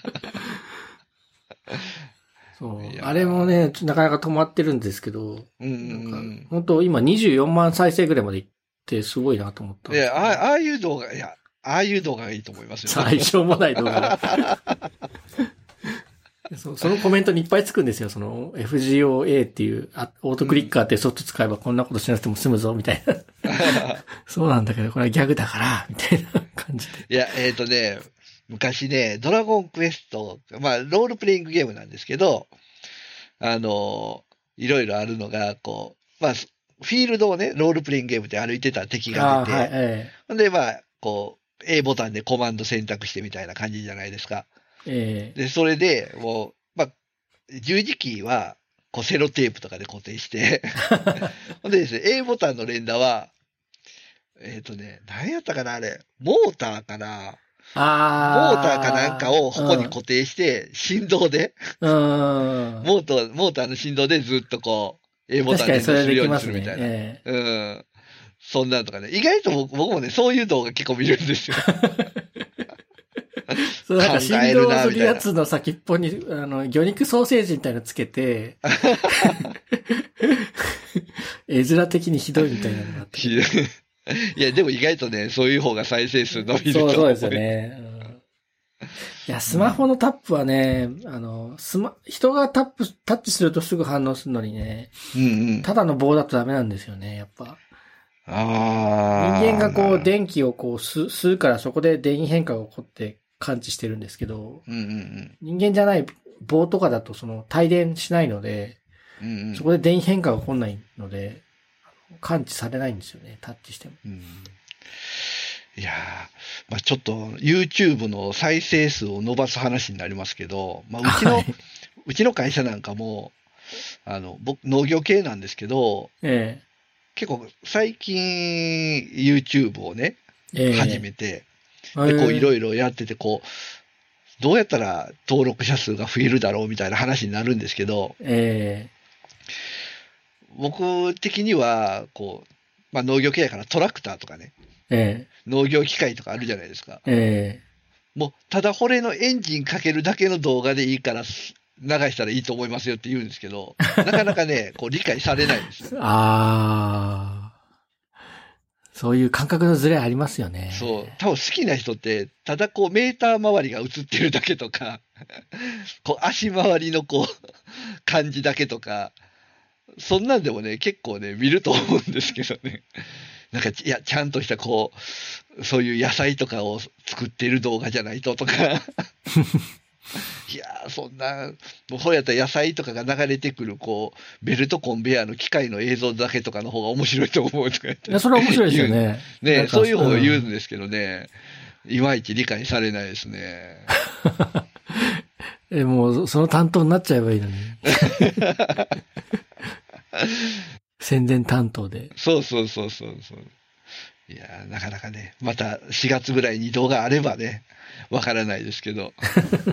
そう。あれもね、なかなか止まってるんですけど、うんうんうん、なんか本当今にじゅうよんまん再生ぐらいまでいってすごいなと思ったんですよ、 ね。いや、ああいう動画、いや、ああいう動画がいいと思いますよ。 最しょうもない動画そ。そのコメントにいっぱいつくんですよ。その エフジーオーエー っていうオートクリッカーってソフト使えばこんなことしなくても済むぞ、みたいな。そうなんだけど、これはギャグだから、みたいな感じで。 いや、えっ、ー、とね、昔ね、ドラゴンクエスト、まあ、ロールプレイングゲームなんですけど、あの、いろいろあるのが、こう、まあ、フィールドをね、ロールプレイングゲームで歩いてた敵が出て、はいええ、で、まあ、こう、A ボタンでコマンド選択してみたいな感じじゃないですか。ええ、で、それで、もう、まあ、十字キーは、こう、セロテープとかで固定して、ほんでですね、A ボタンの連打は、えっ、ー、とね、何やったかな、あれ、モーターかな、あモーターかなんかをここに固定して、振動で、うん、モーター、モーターの振動でずっとこう、A ボタンで連打するようにするみたいな。ねえー、うん。そんなんとかね。意外と僕もね、そういう動画結構見るんですよ。 そう、なんか振動するやつの先っぽに、あの、魚肉ソーセージみたいなのつけて、絵面的にひどいみたいなのがあって。 いや、でも意外とね、そういう方が再生数伸びると思う。 そう、そうですよね。うん、いや、スマホのタップはね、あの、スマ、人がタップ、タッチするとすぐ反応するのにね、うんうん、ただの棒だとダメなんですよね、やっぱ。あ人間がこう、電気をこう吸、吸うからそこで電位変化が起こって感知してるんですけど、うんうんうん、人間じゃない棒とかだとその帯電しないので、うんうん、そこで電位変化が起こんないので、感知されないんですよね、タッチしても。うん、 いやー、まあ、ちょっと YouTube の再生数を伸ばす話になりますけど、まあ、うちの、はい、うちの会社なんかも、あの、僕、農業系なんですけど、ええ、結構最近 YouTube をね、ええ、始めて、で、こういろいろやってて、こう、どうやったら登録者数が増えるだろうみたいな話になるんですけど、ええ、僕的には、こう、まあ農業系やからトラクターとかね、ええ、農業機械とかあるじゃないですか。ええ、もう、ただこれのエンジンかけるだけの動画でいいから、流したらいいと思いますよって言うんですけど、なかなかね、こう理解されないんですよ。ああ。そういう感覚のズレありますよね。 そう。多分好きな人って、ただこうメーター周りが映ってるだけとか、こう足回りのこう、感じだけとか、そんなんでもね、結構ね、見ると思うんですけどね。なんか、いや、ちゃんとしたこう、そういう野菜とかを作っている動画じゃないととか。いやー、そんな、もうそうやったら野菜とかが流れてくる、こう、ベルトコンベヤーの機械の映像だけとかの方が面白いと思うとか言って。 いや、それは面白いですよね。 ね、そういう方が言うんですけどね、いまいち理解されないですね。 え、もう、その担当になっちゃえばいいのに。宣伝担当で。 そうそうそうそうそう。 いやなかなかね、またしがつぐらいに動画あればね、わからないですけど。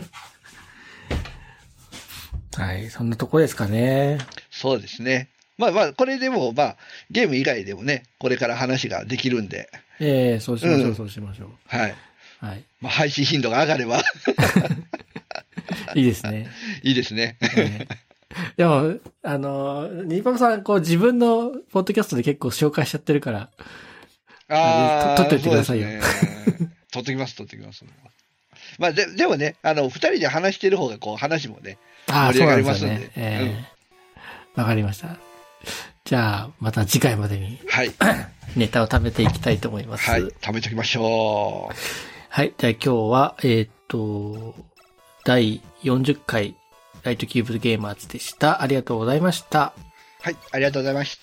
はい、そんなとこですかね。 そうですね。まあまあ、これでも、まあ、ゲーム以外でもね、これから話ができるんで。 ええー、そうしましょう、うん、そうしましょう。 はい。 はい。 まあ、配信頻度が上がれば。 いいですね。 いいですね。 えーでも、あの、ニパパさん、こう自分のポッドキャストで結構紹介しちゃってるから、 ああ、 撮っといてくださいよ。 ね、撮っときます、撮っときます。まあ、で、でもね、あの、二人で話してる方が、こう、話もね、盛り上がりますんで。わ、ねえーうん、かりました。じゃあ、また次回までに、 はい。 ネタを食べていきたいと思います。 はい、食べておきましょう。 はい、じゃあ今日は、えー、っと、だいよんじゅっかい、ライトキューブゲーマーズでした。ありがとうございました。 はい、ありがとうございました。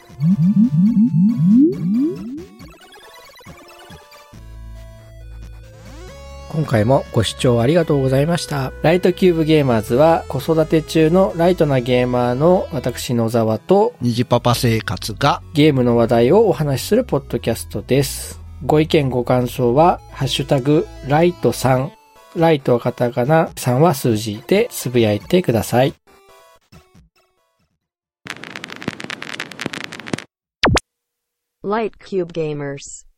今回もご視聴ありがとうございました。ライトキューブゲーマーズは子育て中のライトなゲーマーの私野沢と虹パパ生活がゲームの話題をお話しするポッドキャストです。ご意見ご感想はハッシュタグライトさん、ライトはカタカナ、さんは数字でつぶやいてください。 Light Cube Gamers